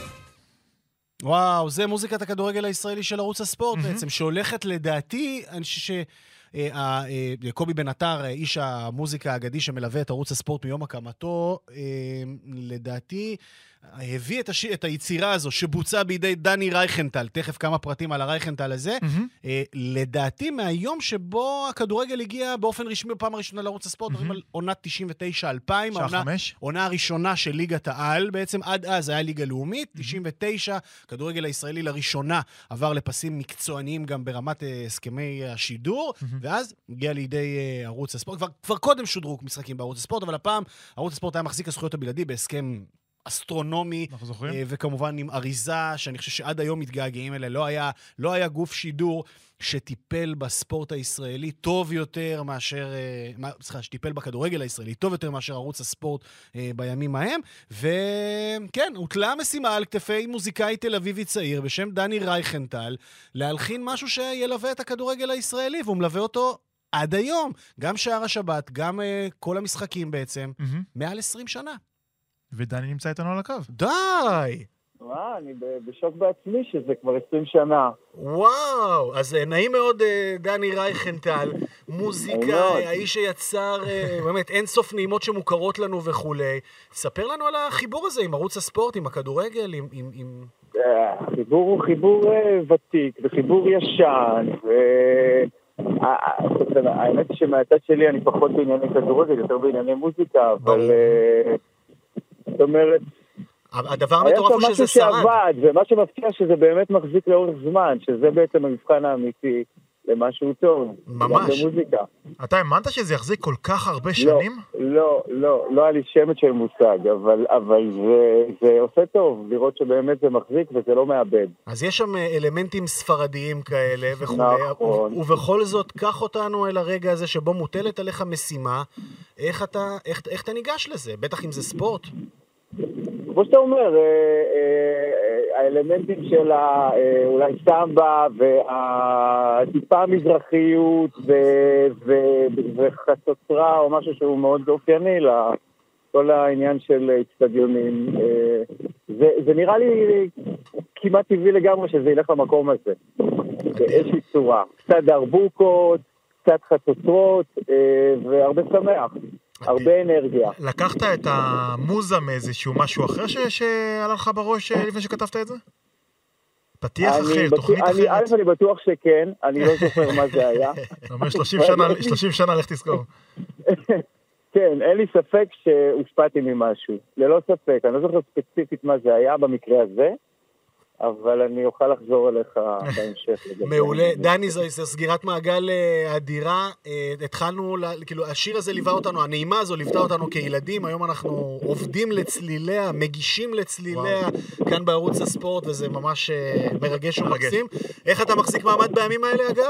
Speaker 3: וואו, זה מוזיקת הכדורגל הישראלי של ערוץ הספורט בעצם, שהולכת לדעתי, אני חושב שקובי בן עטר, איש המוזיקה האגדי שמלווה את ערוץ הספורט מיום הקמתו, לדעתי הביא את היצירה הזו שבוצעה בידי דני רייכנטל, תכף כמה פרטים על הרייכנטל הזה, לדעתי מהיום שבו הכדורגל הגיע באופן רשמי בפעם הראשונה לערוץ הספורט, מדברים על עונת 99-2000, עונה הראשונה של ליגת העל, בעצם עד אז היה ליגה לאומית, 99, הכדורגל הישראלי לראשונה עבר לפסים מקצועניים גם ברמת הסכמי השידור, ואז הגיע לידי ערוץ הספורט, כבר קודם שודרו משחקים בערוץ הספורט, אבל הפעם ערוץ הספורט היה מחזיק הזכויות הבלעדי בהסכם אסטרונומי, וכמובן עם אריזה, שאני חושב שעד היום מתגעגעים אליה, לא היה גוף שידור שטיפל בספורט הישראלי טוב יותר מאשר, שטיפל בכדורגל הישראלי טוב יותר מאשר ערוץ הספורט בימים ההם, וכן, הוטלה המשימה על כתפי מוזיקאי תל אביבי צעיר בשם דני רייכנטל, להלחין משהו שילווה את הכדורגל הישראלי, והוא מלווה אותו עד היום, גם שער השבת, גם כל המשחקים בעצם, מעל 20 שנה.
Speaker 4: ודני נמצא איתנו על הקו.
Speaker 3: די!
Speaker 5: אני בשוק בעצמי שזה כבר 20 שנה.
Speaker 3: וואו, אז נעים מאוד דני רייכנטל, מוזיקה, האיש שיצר באמת אין סוף נעימות שמוכרות לנו וכולי. ספר לנו על החיבור הזה עם ערוץ הספורט, עם הכדורגל, עם...
Speaker 5: החיבור הוא חיבור ותיק וחיבור ישן, האמת היא שמהצד שלי אני פחות בענייני כדורגל, יותר בענייני מוזיקה, אבל זאת אומרת,
Speaker 3: הדבר המטורף הוא שזה שרד.
Speaker 5: שעבד, ומה שמפתיע שזה באמת מחזיק לאורך זמן, שזה בעצם המבחן האמיתי למשהו טוב.
Speaker 3: ממש.
Speaker 5: במוזיקה.
Speaker 4: אתה האמנת שזה יחזיק כל כך הרבה שנים?
Speaker 5: לא היה לי שמץ של מושג, אבל זה עושה טוב לראות שבאמת זה מחזיק וזה לא מאבד.
Speaker 3: אז יש שם אלמנטים ספרדיים כאלה וכו'.
Speaker 5: נכון.
Speaker 3: ובכל זאת, קח אותנו אל הרגע הזה שבו מוטלת עליך משימה, איך אתה ניגש לזה? בטח אם זה ספורט.
Speaker 5: כמו שאתה אומר, האלמנטים של אולי סמבה והטיפה המזרחיות וחצוצרה או משהו שהוא מאוד אופייני לכל העניין של אצטדיונים. זה נראה לי כמעט טבעי לגמרי שזה ילך למקום הזה. באיזושהי צורה. קצת דרבוקות, קצת חצוצרות והרבה שמח. הרבה אנרגיה.
Speaker 4: לקחת את המוזה מאיזשהו משהו אחר שעלה לך בראש לפני שכתבת את זה? פתיח אחר, תוכנית אחרת?
Speaker 5: אני בטוח שכן, אני לא זוכר מה זה היה.
Speaker 4: זאת אומרת 30 שנה, לך תזכור.
Speaker 5: כן, אין לי ספק שהושפעתי ממשהו. ללא ספק, אני לא זוכר ספציפית מה זה היה במקרה הזה, אבל אני אוכל לחזור אליך בהמשך.
Speaker 3: מעולה. דני, זו סגירת מעגל אדירה. התחלנו, כאילו, השיר הזה ליווה אותנו, הנעימה הזו ליוותה אותנו כילדים, היום אנחנו עובדים לצליליה, מגישים לצליליה, כאן בערוץ הספורט, וזה ממש מרגש ומקסים. איך אתה מחזיק מעמד בימים האלה, אגב?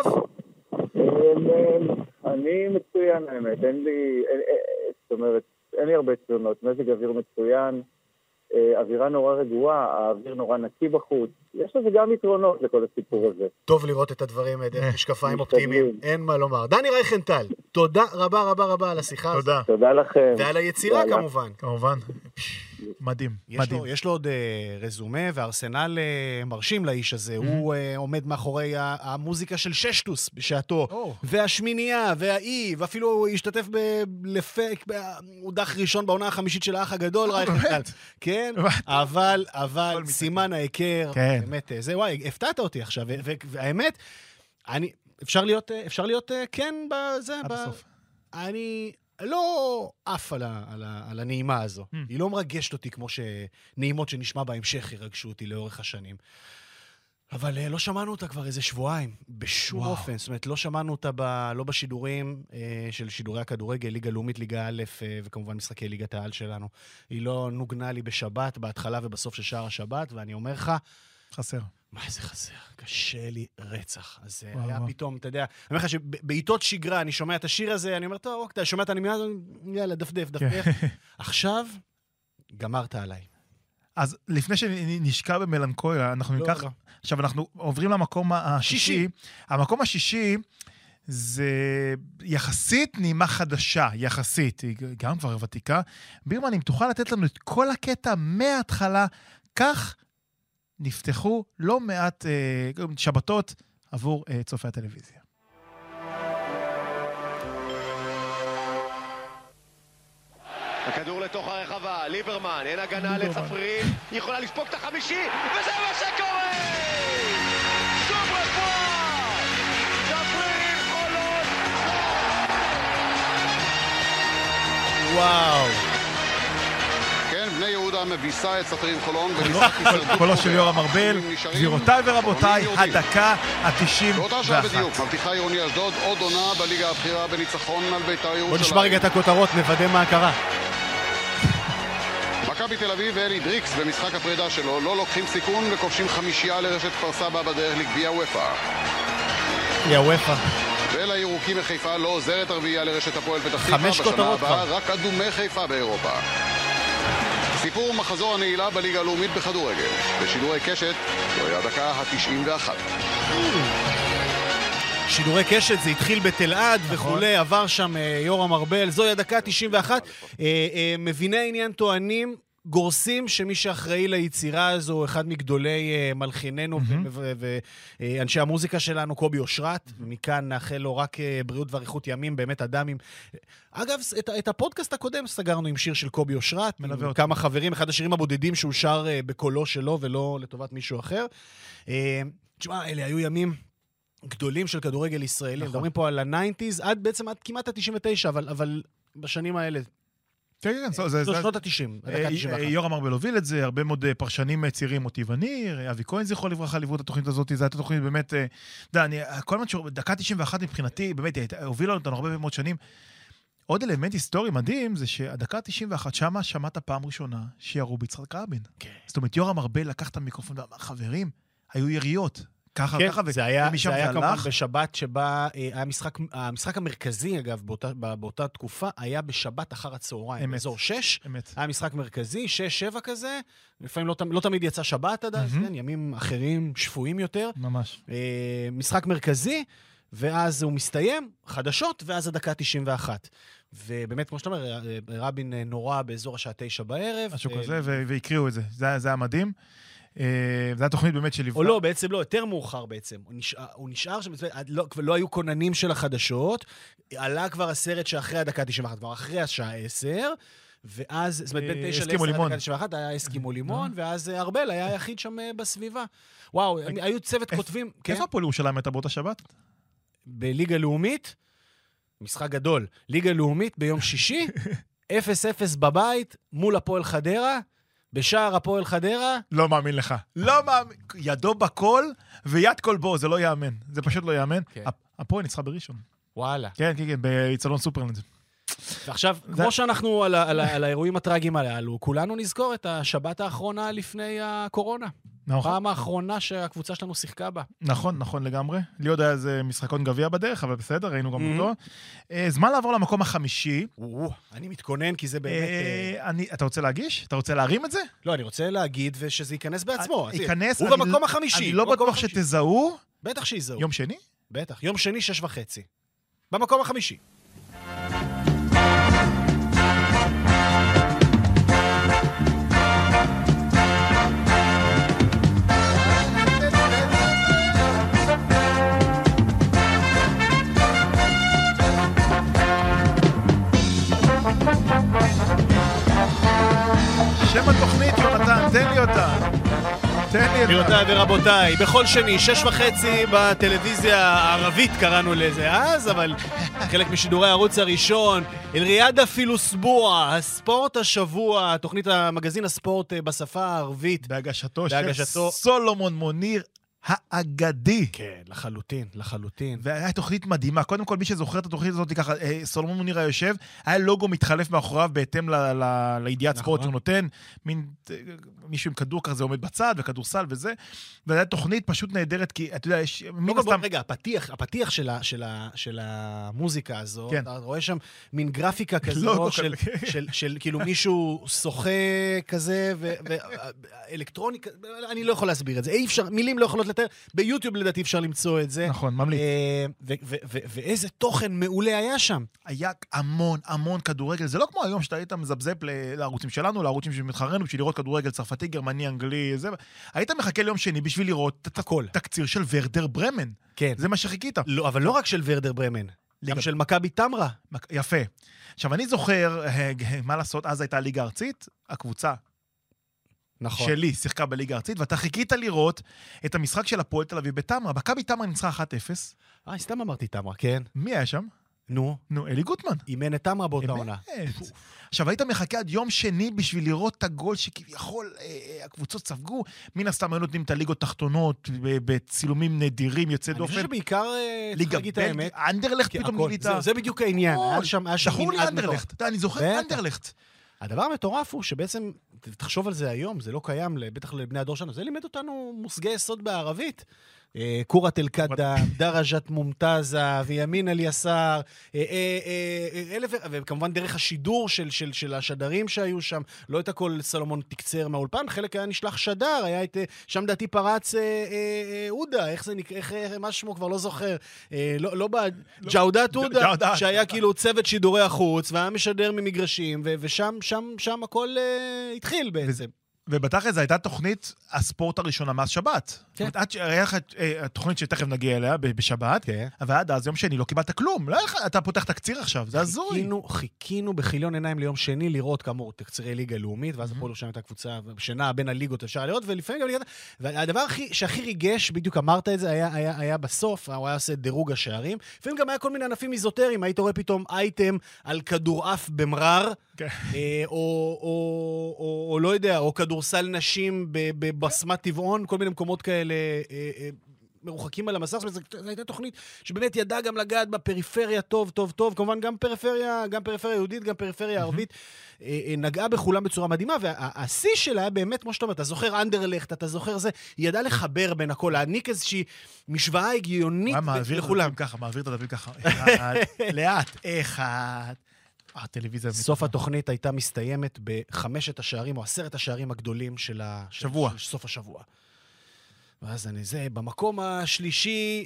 Speaker 5: אני מצוין, האמת. אין לי הרבה תלונות. מזג אוויר מצוין. אווירה נורא רגועה, האוויר נורא נקי בחוץ. יש לזה גם יתרונות לכל הסיפור הזה.
Speaker 3: טוב לראות את הדברים, משקפיים אופטימיים, אין מה לומר. דני רייכנטל, תודה רבה רבה רבה על השיחה הזאת.
Speaker 5: תודה לכם.
Speaker 3: ועל היצירה כמובן.
Speaker 4: כמובן. מדהים, מדהים.
Speaker 3: יש לו עוד רזומה וארסנל מרשים לאיש הזה. הוא עומד מאחורי המוזיקה של ששטוס בשעתו, והשמינייה, והאי, ואפילו הוא השתתף הוא דח ראשון בעונה החמישית של האח הגדול, רייכנטל. כן? אבל סימן ההיכר, באמת, זה וואי, הפתעת אותי עכשיו, והאמת, אפשר להיות כן בזה, אני לא עף על הנעימה הזו. היא לא מרגשת אותי כמו שנעימות שנשמע בהמשך ירגשו אותי לאורך השנים. אבל לא שמענו אותה כבר איזה שבועיים, בשום אופן. זאת אומרת, לא שמענו אותה לא בשידורים של שידורי הכדורגל, ליגה לאומית, ליגה א', וכמובן משחקי ליגת העל שלנו. היא לא נוגנה לי בשבת, בהתחלה ובסוף של שער השבת, ואני אומר לך,
Speaker 4: חסר.
Speaker 3: מה זה חסר? קשה לי רצח. אז היה פתאום, אתה יודע, אני אומר לך שבעיתות שגרה אני שומע את השיר הזה, אני אומר, טוב, אוקיי, אתה שומע את הנעימה הזו, יאללה, דפדף. עכשיו, גמרת עליי.
Speaker 4: אז לפני שנשקע במלנכוליה, אנחנו ניקח... עכשיו, אנחנו עוברים למקום השישי. המקום השישי זה יחסית נעימה חדשה, יחסית, היא גם כבר ותיקה. בירמן, אם תוכל לתת לנו את כל הקטע מההתחלה, כך נפתחו לא מעט שבתות עבור צופי הטלוויזיה.
Speaker 6: הכדור לתוך הרחבה, ליברמן, אין הגנה לצפרין, היא יכולה לספוק את החמישי, וזה מה שקורה! שוב רפואה! צפרין חולון!
Speaker 3: וואו!
Speaker 7: כן, בני יהודה מביסה את צפרין חולון.
Speaker 4: קולו של יורם ארבל, גבירותיי ורבותיי, הדקה ה-91.
Speaker 7: באותה שעה בדיוק, מבטיחה עירוני אשדוד עוד עונה בליגה הבכירה בניצחון על בית"ר ירושלים.
Speaker 3: בוא נשמע רגע את הכותרות, נוודא מה קרה.
Speaker 7: מכבי תל אביב ואלי דריקס במשחק הפרידה שלו לא לוקחים סיכון וכובשים 5 לרשת כפר סבא בדרך לגביע וופא. ולירוקים מחיפה לא עוזרת הרביעייה לרשת הפועל פתח תקווה בשנה הבאה, רק אדומי חיפה באירופה. סיפור מחזור הנעילה בליגה הלאומית בכדורגל. בשידורי קשת, זוהי הדקה ה-91.
Speaker 3: שידורי קשת, זה התחיל בתל-עד וכולי, עבר שם יורם ארבל, זוהי הדקה ה-91. מביני העניין טוענים, גורסים שמי שאחראי ליצירה הזו, אחד מגדולי מלחיננו ואנשי המוזיקה שלנו, קובי אושרת, מכאן נאחל לו רק בריאות ועריכות ימים, באמת אדם. אגב, את הפודקאסט הקודם סגרנו עם שיר של קובי אושרת, עם כמה חברים, אחד השירים הבודדים שהוא שר בקולו שלו ולא לטובת מישהו אחר. תשמע, אלה היו ימים גדולים של כדורגל ישראלי, מדברים פה על ה-90s, עד כמעט ה-99, אבל בשנים האלה,
Speaker 4: כן,
Speaker 3: זה שנות ה-90,
Speaker 4: יורם ארבל הוביל את זה, הרבה מאוד פרשנים צעירים, מוטי וניר, אבי כהן זכרו לברכה, ליוו את התוכנית הזאת, זו הייתה תוכנית באמת, כל הזמן דקה 91 מבחינתי, באמת, הובילה אותנו הרבה מאוד שנים. עוד אלמנט היסטורי מדהים, זה שהדקה 91 שמה שמעת פעם ראשונה שירו ביצחק רבין. זאת אומרת, יורם ארבל לקח את המיקרופון ואמר, חברים, היו יריות. ככה,
Speaker 3: זה היה כמובן בשבת שבה המשחק המרכזי, אגב, באותה תקופה, היה בשבת אחר הצהריים, באזור 6, היה משחק מרכזי, 6-7 כזה, לפעמים לא תמיד יצא שבת עד אז, ימים אחרים, שפויים יותר.
Speaker 4: ממש.
Speaker 3: משחק מרכזי, ואז הוא מסתיים, חדשות, ואז הדקה 91. ובאמת, כמו שאתה אומר, רבין נורא באזור השעה 9 בערב.
Speaker 4: משהו כזה, והקריאו את זה. זה היה מדהים. זו התוכנית באמת של
Speaker 3: או לא, בעצם לא, יותר מאוחר בעצם. הוא נשאר שם, לא היו כוננים של החדשות, עלה כבר הסרט שאחרי הדקה 91, כבר אחרי השעה 10, ואז, זאת אומרת, בין 9 ל-10 הדקה 91, היה אסקימו לימון, ואז ארבל היה היחיד שם בסביבה. וואו, היו צוות כותבים.
Speaker 4: איפה הפועל ירושלים הייתה באותה שבת?
Speaker 3: בליגה לאומית, משחק גדול, ליגה לאומית ביום שישי, 0-0 בבית, מול הפועל חדרה, בשער הפועל חדרה.
Speaker 4: לא מאמין לך. לא מאמין. ידו בכל ויד כל בו, זה לא יאמן. זה פשוט לא יאמן. הפועל ניצחה בראשון.
Speaker 3: וואלה.
Speaker 4: כן, באיצטדיון סופרלנד.
Speaker 3: ועכשיו, כמו שאנחנו על האירועים הטרגיים הללו, כולנו נזכור את השבת האחרונה לפני הקורונה. פעם האחרונה שהקבוצה שלנו שיחקה בה.
Speaker 4: נכון לגמרי. לי עוד היה איזה משחקון גביע בדרך, אבל בסדר, ראינו גם אותו. זמן לעבור למקום החמישי.
Speaker 3: אני מתכונן, כי זה באמת...
Speaker 4: אתה רוצה להגיש? אתה רוצה להרים את זה?
Speaker 3: לא, אני רוצה להגיד ושזה ייכנס בעצמו.
Speaker 4: ייכנס...
Speaker 3: הוא במקום החמישי.
Speaker 4: אני לא בטוח שתזהו.
Speaker 3: בטח שיזהו.
Speaker 4: יום שני?
Speaker 3: בטח. יום שני 6:30. במקום החמישי.
Speaker 4: שם התוכנית, יונתן, תן לי אותה.
Speaker 3: גבירותיי ורבותיי, בכל שני, 6:30 בטלוויזיה הערבית קראנו לזה אז, אבל חלק משידורי הערוץ הראשון, אל-ריאדה פילוסבוע, הספורט השבוע, תוכנית המגזין הספורט בשפה הערבית.
Speaker 4: בהגשתו של סולומון מוניר האגדי.
Speaker 3: כן, לחלוטין.
Speaker 4: והיה תוכנית מדהימה. קודם כל, מי שזוכר את התוכנית הזאת, ככה, סולומון מוניר היושב, היה לוגו מתחלף מאחוריו בהתאם לידיעת ספורט שהוא נותן, מין מישהו עם כדור כזה עומד בצד, וכדורסל וזה, והיה תוכנית פשוט נהדרת, כי אתה יודע, יש...
Speaker 3: רגע, הפתיח של המוזיקה הזו, אתה רואה שם מין גרפיקה כזו, של כאילו מישהו שוחה כזה, ואלקטרוניקה, אני לא יכול להסביר את זה, מילים לא יכולות לתאר, ביוטיוב לדעתי אפשר למצוא את זה.
Speaker 4: נכון, ממליץ.
Speaker 3: ואיזה תוכן מעולה היה שם.
Speaker 4: היה המון כדורגל, זה לא כמו היום שאתה היית מזבזב לערוצים שלנו, לערוצים שמתחרנו, בשביל לראות כדורגל צרפתי, גרמני, אנגלי, זה. היית מחכה ליום שני בשביל לראות את תקציר של ורדר ברמן.
Speaker 3: כן.
Speaker 4: זה מה שחיכית.
Speaker 3: לא, אבל לא רק של ורדר ברמן, גם של מכבי תמרה.
Speaker 4: יפה. עכשיו, אני זוכר, מה לעשות, אז הייתה ליגה ארצית, הקבוצה
Speaker 3: נכון.
Speaker 4: שלי שיחקה בליגה הארצית, ואתה חיכית לראות את המשחק של הפועל תל אביב בתמרה. מכבי תמרה ניצחה 1-0.
Speaker 3: סתם אמרתי תמרה, כן.
Speaker 4: מי היה שם?
Speaker 3: נו,
Speaker 4: אלי גוטמן.
Speaker 3: אימן את תמרה באותה עונה.
Speaker 4: עכשיו, היית מחכה עד יום שני בשביל לראות את הגול שכביכול הקבוצות ספגו. מן הסתם היו נותנים את הליגות תחתונות בצילומים נדירים, יוצא דופן.
Speaker 3: אני חושב שבעיקר תגיד את האמת.
Speaker 4: אנדרלכט פתאום גילית.
Speaker 3: זה בדיוק העניין.
Speaker 4: זכור לי אנדרלכט. אני זוכר אנדרלכט.
Speaker 3: הדבר המטורף הוא שבעצם, תחשוב על זה היום, זה לא קיים, בטח לבני הדור שלנו, זה לימד אותנו מושגי יסוד בערבית. קורת אל-קדם, דרג'ת מומתזה, וימין אל-יסר, וכמובן דרך השידור של השדרים שהיו שם, לא את הכל סלומון תקצר מהאולפן, חלק היה נשלח שדר, היה שם דעתי פרץ אודה, איך זה נקרא, מה שמו כבר לא זוכר, לא ג'אודת אודה, שהיה כאילו צוות שידורי החוץ, והיה משדר ממגרשים, ושם הכל התחיל בעצם.
Speaker 4: ובתכל'ס זו הייתה תוכנית הספורט הראשונה מאז שבת. כן. היה לך תוכנית שתכף נגיע אליה בשבת, כן. אבל עד אז יום שני לא קיבלת כלום. לא, אתה פותח תקציר עכשיו, זה הזוי.
Speaker 3: חיכינו בחיליון עיניים ליום שני לראות כאמור תקצירי ליגה לאומית, ואז הפועל שם הייתה קבוצה שנעה בין הליגות אפשר לראות, ולפעמים גם ליגה... והדבר שהכי ריגש, בדיוק אמרת את זה, היה בסוף, הוא היה עושה דירוג השערים, לפעמים גם היה כל מיני ענפים איזוטריים, היית רואה פתאום אייטם על כדורעף במרר, או לא יודע, או כדורסל נשים בבסמת טבעון, כל מיני מקומות כאלה מרוחקים על המסך. זו הייתה תוכנית שבאמת ידעה גם לגעת בפריפריה טוב, כמובן גם פריפריה יהודית, גם פריפריה ערבית, נגעה בכולם בצורה מדהימה, והשיא שלה היה באמת, כמו שאתה אומר, אתה זוכר אנדרלכט, אתה זוכר זה, היא ידעה לחבר בין הכל, להעניק איזושהי משוואה הגיונית לכולם.
Speaker 4: מעביר את הדבר ככה, לאט, אחד...
Speaker 3: סוף התוכנית הייתה מסתיימת בחמשת השערים, או 10 השערים הגדולים של סוף השבוע. ואז זה, במקום השלישי,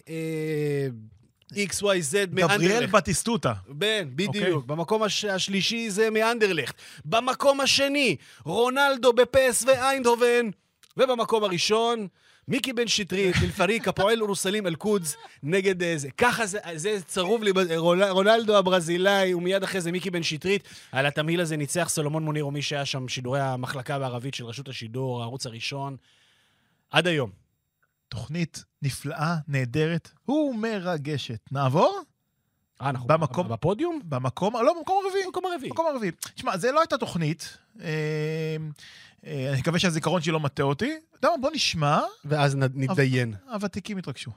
Speaker 3: XYZ מאנדרלכט.
Speaker 4: גבריאל בטיסטוטה.
Speaker 3: בדיוק. במקום השלישי זה מאנדרלכט. במקום השני, רונלדו בפס ואיינדהובן. ובמקום הראשון... מיקי בן שטרית, מלפריק, הפועל אורוסלים אל-קודס, נגד זה. ככה זה צרוב לי, רונלדו הברזילאי, ומיד אחרי זה מיקי בן שטרית, על התמהיל הזה ניצח סולומון מוניר, או מי שהיה שם שידורי המחלקה בערבית של רשות השידור, הערוץ הראשון, עד היום.
Speaker 4: תוכנית נפלאה, נהדרת, ומרגשת. נעבור?
Speaker 3: אנחנו בפודיום?
Speaker 4: לא, במקום הרביעי. תשמע, זה לא הייתה תוכנית, אני מקווה שהזיכרון שלי לא מטעה אותי. בוא נשמע.
Speaker 3: ואז נתדיין.
Speaker 4: הוותיקים יתרגשו.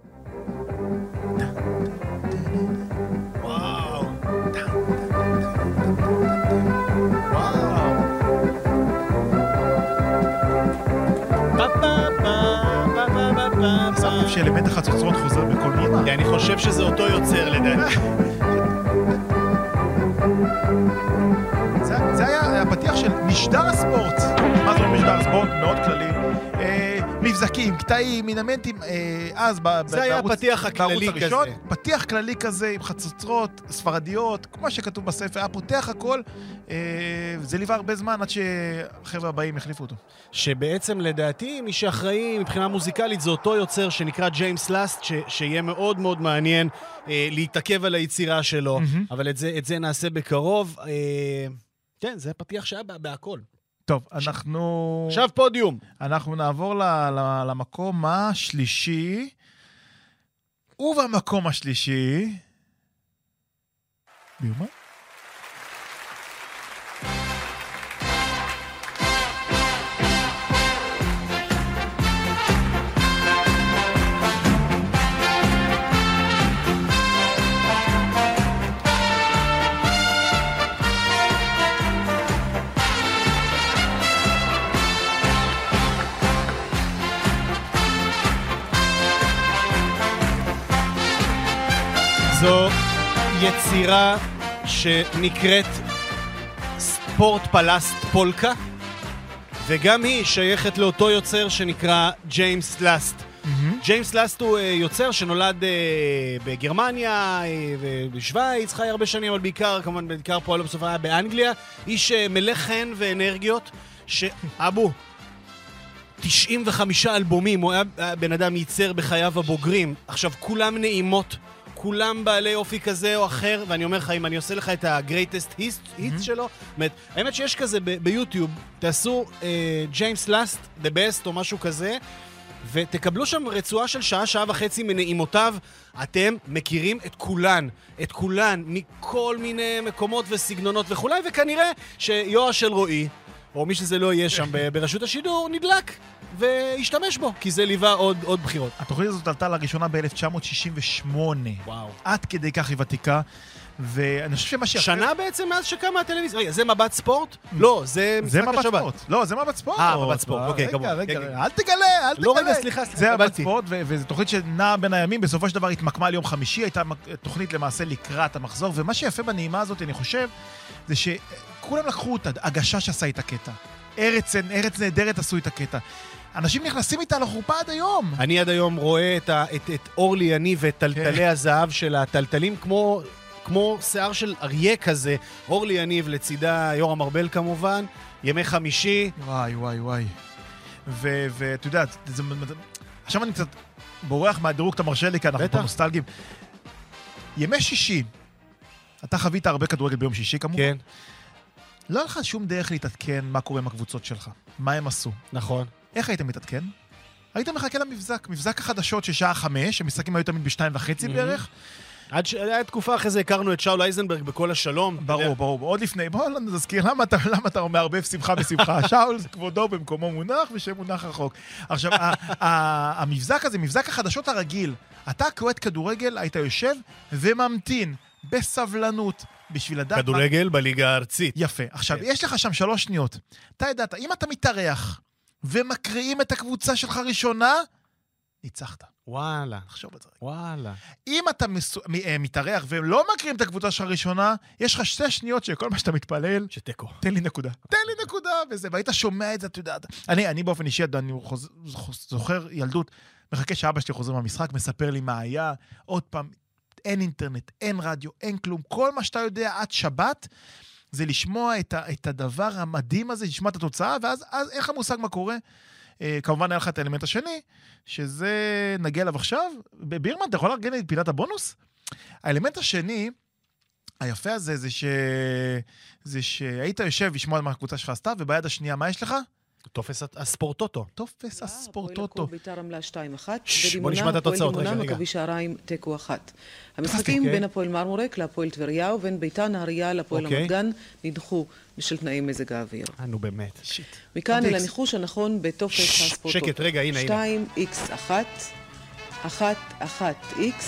Speaker 3: וואו.
Speaker 4: שמת שאלמנט החצוצרות חוזר בכל מילה.
Speaker 3: אני חושב שזה אותו יוצר לדעתי.
Speaker 4: זה היה הפתיח של משדר הספורט. מה זה משדר הספורט? מאוד כללי. מבזקים, קטעים, מינמנטים, אז
Speaker 3: זה היה הפתיח הכללי כזה.
Speaker 4: פתיח כללי כזה עם חצוצרות ספרדיות, כמו שכתוב בספר, היה פותח הכל, זה ליווה הרבה זמן עד שהחבר'ה הבאים החליפו אותו.
Speaker 3: שבעצם לדעתי, מי שאחראי מבחינה מוזיקלית זה אותו יוצר שנקרא ג'יימס לאסט, שיהיה מאוד מאוד מעניין להתעכב על היצירה שלו, אבל את זה נעשה בקרוב. כן, זה פתיח שהיה בהכל.
Speaker 4: טוב, אנחנו...
Speaker 3: עכשיו פודיום.
Speaker 4: אנחנו נעבור למקום השלישי, ובמקום השלישי... ביומה?
Speaker 3: זו יצירה שנקראת ספורט פלסט פולקה, וגם היא שייכת לאותו יוצר שנקרא ג'יימס לאסט. ג'יימס לאסט הוא יוצר שנולד בגרמניה ובשוויץ, חי הרבה שנים, אבל בעיקר פועלו בסוף היה באנגליה. איש מלא חן ואנרגיות, שאבו 95 אלבומים, הוא היה בן אדם ייצר בחייו הבוגרים. עכשיו, כולם נעימות, כולם בעלי אופי כזה או אחר, ואני אומר לך, אם אני עושה לך את ה-greatest hits שלו, האמת שיש כזה ביוטיוב, תעשו ג'יימס לאסט, the best או משהו כזה, ותקבלו שם רצועה של שעה וחצי מנעימותיו. אתם מכירים את כולן, מכל מיני מקומות וסגנונות וכולי, וכנראה שיואש אלרועי, או מי שזה לא יהיה שם ברשות השידור, נדלק והשתמש בו, כי זה ליווה עוד בחירות.
Speaker 4: התוכנית הזאת עלתה לראשונה ב-1968.
Speaker 3: וואו.
Speaker 4: עד כדי כך היא ותיקה. ואני חושב שמה שיפה...
Speaker 3: שנה בעצם מאז שקמה הטלוויזיה. רגע, זה מבט ספורט? לא, זה משחק השבת.
Speaker 4: לא, זה מבט ספורט.
Speaker 3: מבט ספורט, אוקיי, כמובן.
Speaker 4: רגע, אל תגלה.
Speaker 3: לא, רגע, סליחה.
Speaker 4: זה מבט ספורט, וזו תוכנית שנעה בין הימים, בסופו של דבר התמקמה ליום חמישי, הייתה תוכנית למעשה לקראת המחזור, ומה שיפה בנעימה הזאת, אני חושב, זה שכולם לקחו אותה, הגשש עשה את הקטע. ארץ נהדרת עשו את הקטע. אנשים נכנסים איתה לחופה עד היום.
Speaker 3: אני עד היום רואה את אורלי יניב ואת טלטלי הזהב של הטלטלים, כמו שיער של אריה כזה, אורלי יניב לצידה יורם ארבל כמובן, ימי חמישי.
Speaker 4: וואי. ואתה יודע, עכשיו אני קצת בורח מהדירוג, אתה מרשה לי, כי אנחנו פה נוסטלגיים. ימי שישי, אתה חווית הרבה כדורגל ביום שישי כמובן?
Speaker 3: כן.
Speaker 4: לא היה לך שום דרך להתעדכן מה קורה עם הקבוצות שלך, מה הם עשו.
Speaker 3: נכון.
Speaker 4: איך היית מתעדכן? היית מחכה למבזק, מבזק החדשות ששעה 5, המשחקים היו תמיד ב2:30 בערך.
Speaker 3: היה תקופה אחרי זה הכרנו את שאול אייזנברג בכל השלום.
Speaker 4: ברור. עוד לפני, בואו נזכיר, למה אתה מערבב שמחה בשמחה? שאול זה כבודו במקומו מונח ושמונח רחוק. עכשיו, המבזק הזה, מבזק החדשות הרגיל, אתה כאוהד כדורגל, היית יושב וממתין בסבלנות בשביל לדעת...
Speaker 3: כדורגל בליגה הארצית.
Speaker 4: יפה. עכשיו, יש לך שם 3 שניות. אתה ידעת, אם אתה מתארח ומקריאים את הקבוצה שלך ראשונה, ניצחת.
Speaker 3: וואלה.
Speaker 4: תחשוב את זה.
Speaker 3: וואלה.
Speaker 4: אם אתה מתארח ולא מקריאים את הקבוצה שלך ראשונה, יש לך 2 שניות שכל מה שאתה מתפלל...
Speaker 3: שתקו.
Speaker 4: תן לי נקודה, וזה. והיית שומע את זה, אתה יודע. אני באופן אישי, אני זוכר ילדות, מחכה שאבא שלי חוזר מהמשחק, מספר לי מה היה, עוד פעם, אין אינטרנט, אין רדיו, אין כלום. כל מה שאתה יודע עד שבת, זה לשמוע את הדבר המדהים הזה, לשמוע את התוצאה, ואז איך המושג מה קורה? כמובן היה לך את האלמנט השני, שזה נגיע אליו עכשיו. בירמן, אתה יכול לארגן את פינת הבונוס? האלמנט השני, היפה הזה, זה שהיית יושב לשמוע מה הקבוצה שלך עשתה, וביד השנייה, מה יש לך?
Speaker 3: טופס הספורטוטו.
Speaker 4: טופס הספורטוטו.
Speaker 8: ביתר עמלה 2-1.
Speaker 3: בוא נשמע את התוצאות.
Speaker 8: רגע. מכבי שעריים תיקו 1. המשחקים בין הפועל מרמורק להפועל טבריה ובין ביתר נהריה להפועל רמת גן נדחו בשל תנאי מזג האוויר.
Speaker 3: נו באמת.
Speaker 8: מכאן אל הניחוש הנכון בטופס הספורטוטו.
Speaker 3: שקט, רגע, הנה.
Speaker 8: 2x1, 1x,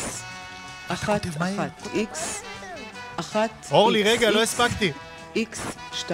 Speaker 8: 1x, 1x.
Speaker 3: אורלי, רגע, לא הספקתי.
Speaker 8: x2.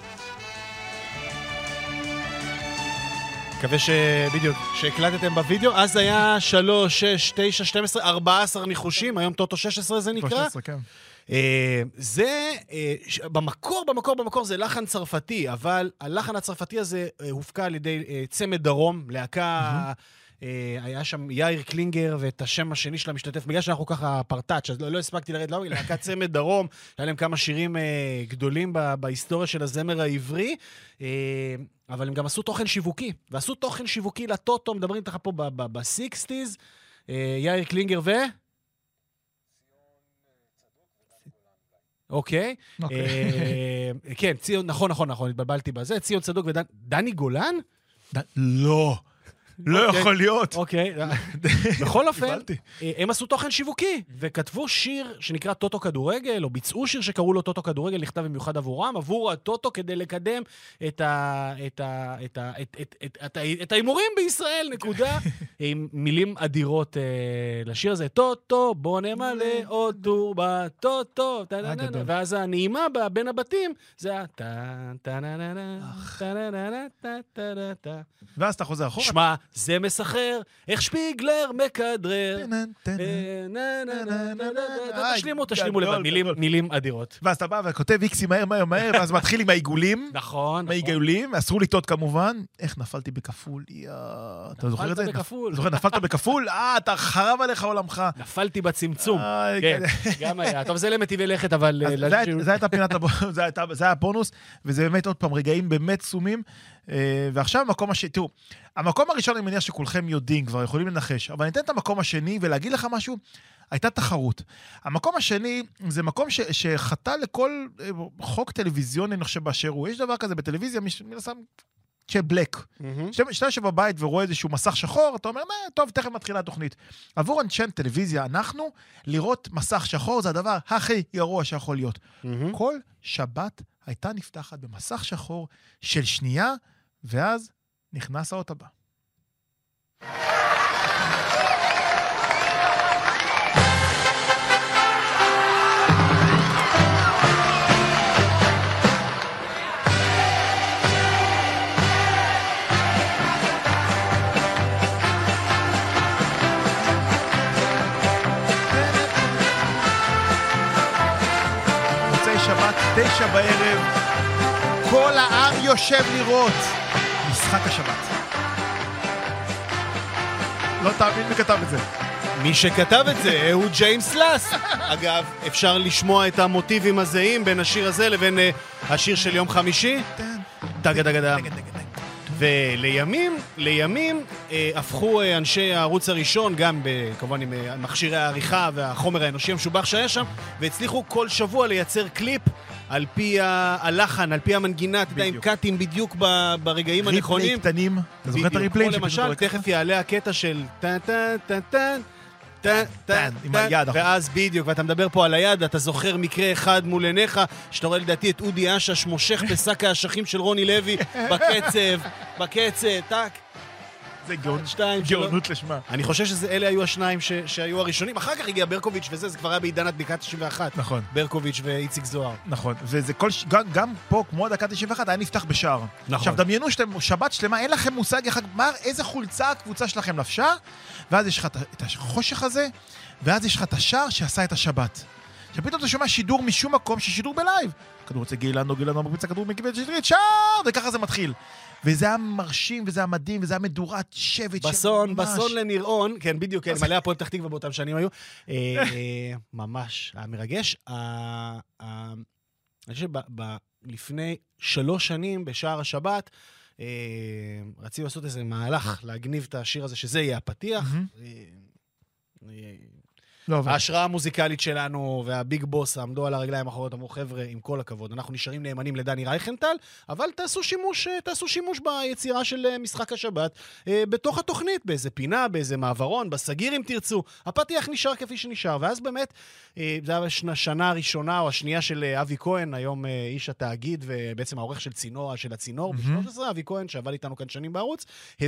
Speaker 3: מקווה שבדיוק, שהקלטתם בווידאו, אז היה 3, 6, 9, 12, 14 ניחושים, היום טוטו 16 זה נקרא.
Speaker 4: 16, כן.
Speaker 3: זה, במקור זה לחן צרפתי, אבל הלחן הצרפתי הזה הופקע על ידי צמד דרום, להקה, היה שם יאיר קלינגר ואת השם השני של המשתתף, בגלל שאנחנו ככה פרטאץ', אז לא הספקתי לרד לאורי, להקת צמד דרום, היה להם כמה שירים גדולים בהיסטוריה של הזמר העברי, אבל הם גם עשו תוכן שיווקי, ועשו תוכן שיווקי לטוטו, מדברים איתך פה ב-60s, יאיר קלינגר ו... אוקיי. כן, ציון, נכון, התבלבלתי בזה, ציון צדוק ודני גולן?
Speaker 4: לא. לא יכול להיות.
Speaker 3: אוקיי. בכל אופן, הם עשו תוכן שיווקי, וכתבו שיר שנקרא טוטו כדורגל, או ביצעו שיר שקראו לו טוטו כדורגל, נכתב במיוחד עבורם, עבור הטוטו כדי לקדם את האימורים בישראל, נקודה, עם מילים אדירות לשיר הזה, טוטו, בוא נמלא עוד טור בטוטו, ואז הנעימה בין הבתים, זה
Speaker 4: ואז אתה חוזר אחורה.
Speaker 3: שמע, זה מסחרר, איך שפיגלר מקדרר. תשלימו לבד, מילים אדירות.
Speaker 4: ואז אתה בא וכותב איקסי מהר, ואז מתחיל עם העיגולים.
Speaker 3: נכון.
Speaker 4: העיגולים, אסרו לטעות כמובן. איך נפלתי בכפול? אתה זוכר את זה? נפלת בכפול? אתה חרב עליך עולמך.
Speaker 3: נפלתי בצמצום. כן, גם היה. טוב, זה למטיבי לכת, אבל...
Speaker 4: זה הייתה פינת הבונוס, זה היה הבונוס, וזה באמת עוד פעם רגעים באמת סומים. ועכשיו המקום השני, תראו, המקום הראשון אני מניח שכולכם יודעים, כבר יכולים לנחש, אבל אני אתן את המקום השני ולהגיד לך משהו, הייתה תחרות. המקום השני זה מקום שחטא לכל חוק טלוויזיוני, אני חושב באשר הוא. יש דבר כזה בטלוויזיה, מנסם של בלק. שאתה יושב בבית ורואה איזשהו מסך שחור, אתה אומר, טוב, תכף מתחילה התוכנית. עבור אנשי טלוויזיה, אנחנו, לראות מסך שחור זה הדבר הכי גרוע שיכול להיות. כל שבת הייתה נפתחת במסך שחור של שנייה, ואז נכנס האות הבא. שבת 9 בערב, כל העם יושב לראות משחק השבת. לא תאמין מי כתב את זה.
Speaker 3: מי שכתב את זה הוא ג'יימס לאס. אגב, אפשר לשמוע את המוטיבים הזהים בין השיר הזה לבין השיר של יום חמישי. תגדגדה. ולימים הפכו אנשי הערוץ הראשון, גם כמובן עם מכשירי העריכה והחומר האנושי המשובח שהיה שם, והצליחו כל שבוע לייצר קליפ על פי הלחן, על פי המנגינה, אתה יודע, עם קאטים בדיוק ברגעים הנכונים.
Speaker 4: ריפלי קטנים. אתה זוכר את הריפלי?
Speaker 3: למשל, תכף יעלה הקטע של טן,
Speaker 4: עם היד.
Speaker 3: ואז בדיוק, ואתה מדבר פה על היד, אתה זוכר מקרה אחד מול עיניך, שאתה רואה לדעתי את אודי אשש מושך בשק האשכים של רוני לוי, בקצב, טק.
Speaker 4: זה גאונות לשמה.
Speaker 3: אני חושב שאלה היו השניים שהיו הראשונים. אחר כך הגיע ברקוביץ' וזה כבר היה בעידן הדקה 91.
Speaker 4: נכון.
Speaker 3: ברקוביץ' ואיציק זוהר.
Speaker 4: נכון. וזה גם פה, כמו הדקה 91, היה נפתח בשער.
Speaker 3: נכון.
Speaker 4: עכשיו, דמיינו שבת שלמה, אין לכם מושג איזה חולצה הקבוצה שלכם לבשה, ואז יש לך את החושך הזה, ואז יש לך את השער שעשה את השבת. שפתאום אתה שומע שידור משום מקום ששידור בלייב. כדור רוצה גילנו, מרביץ הכדור מקיבלת שטרית, שער! וככה זה מתחיל. וזה היה מרשים, וזה היה מדהים, וזה היה מדורת שבט.
Speaker 3: בסון לנראון, כן, בדיוק, כן, מלא הפועל פתח תקווה באותם שנים היו. ממש, היה מרגש. אני חושב לפני 3 שנים, בשער השבת, רצינו לעשות איזה מהלך, להגניב את השיר הזה, שזה יהיה הפתיח. ההשראה המוזיקלית שלנו והביג בוס עמדו על הרגליים האחוריות, אמרו חבר'ה, עם כל הכבוד, אנחנו נשארים נאמנים לדני רייכנטל, אבל תעשו שימוש ביצירה של משחק השבת בתוך התוכנית, באיזה פינה, באיזה מעברון, בסגיר אם תרצו. הפתיח נשאר כפי שנשאר, ואז באמת, זה היה השנה הראשונה או השנייה של אבי כהן, היום איש התאגיד ובעצם העורך של הצינור, ב-13, אבי כהן שעבד איתנו כאן שנים בערוץ,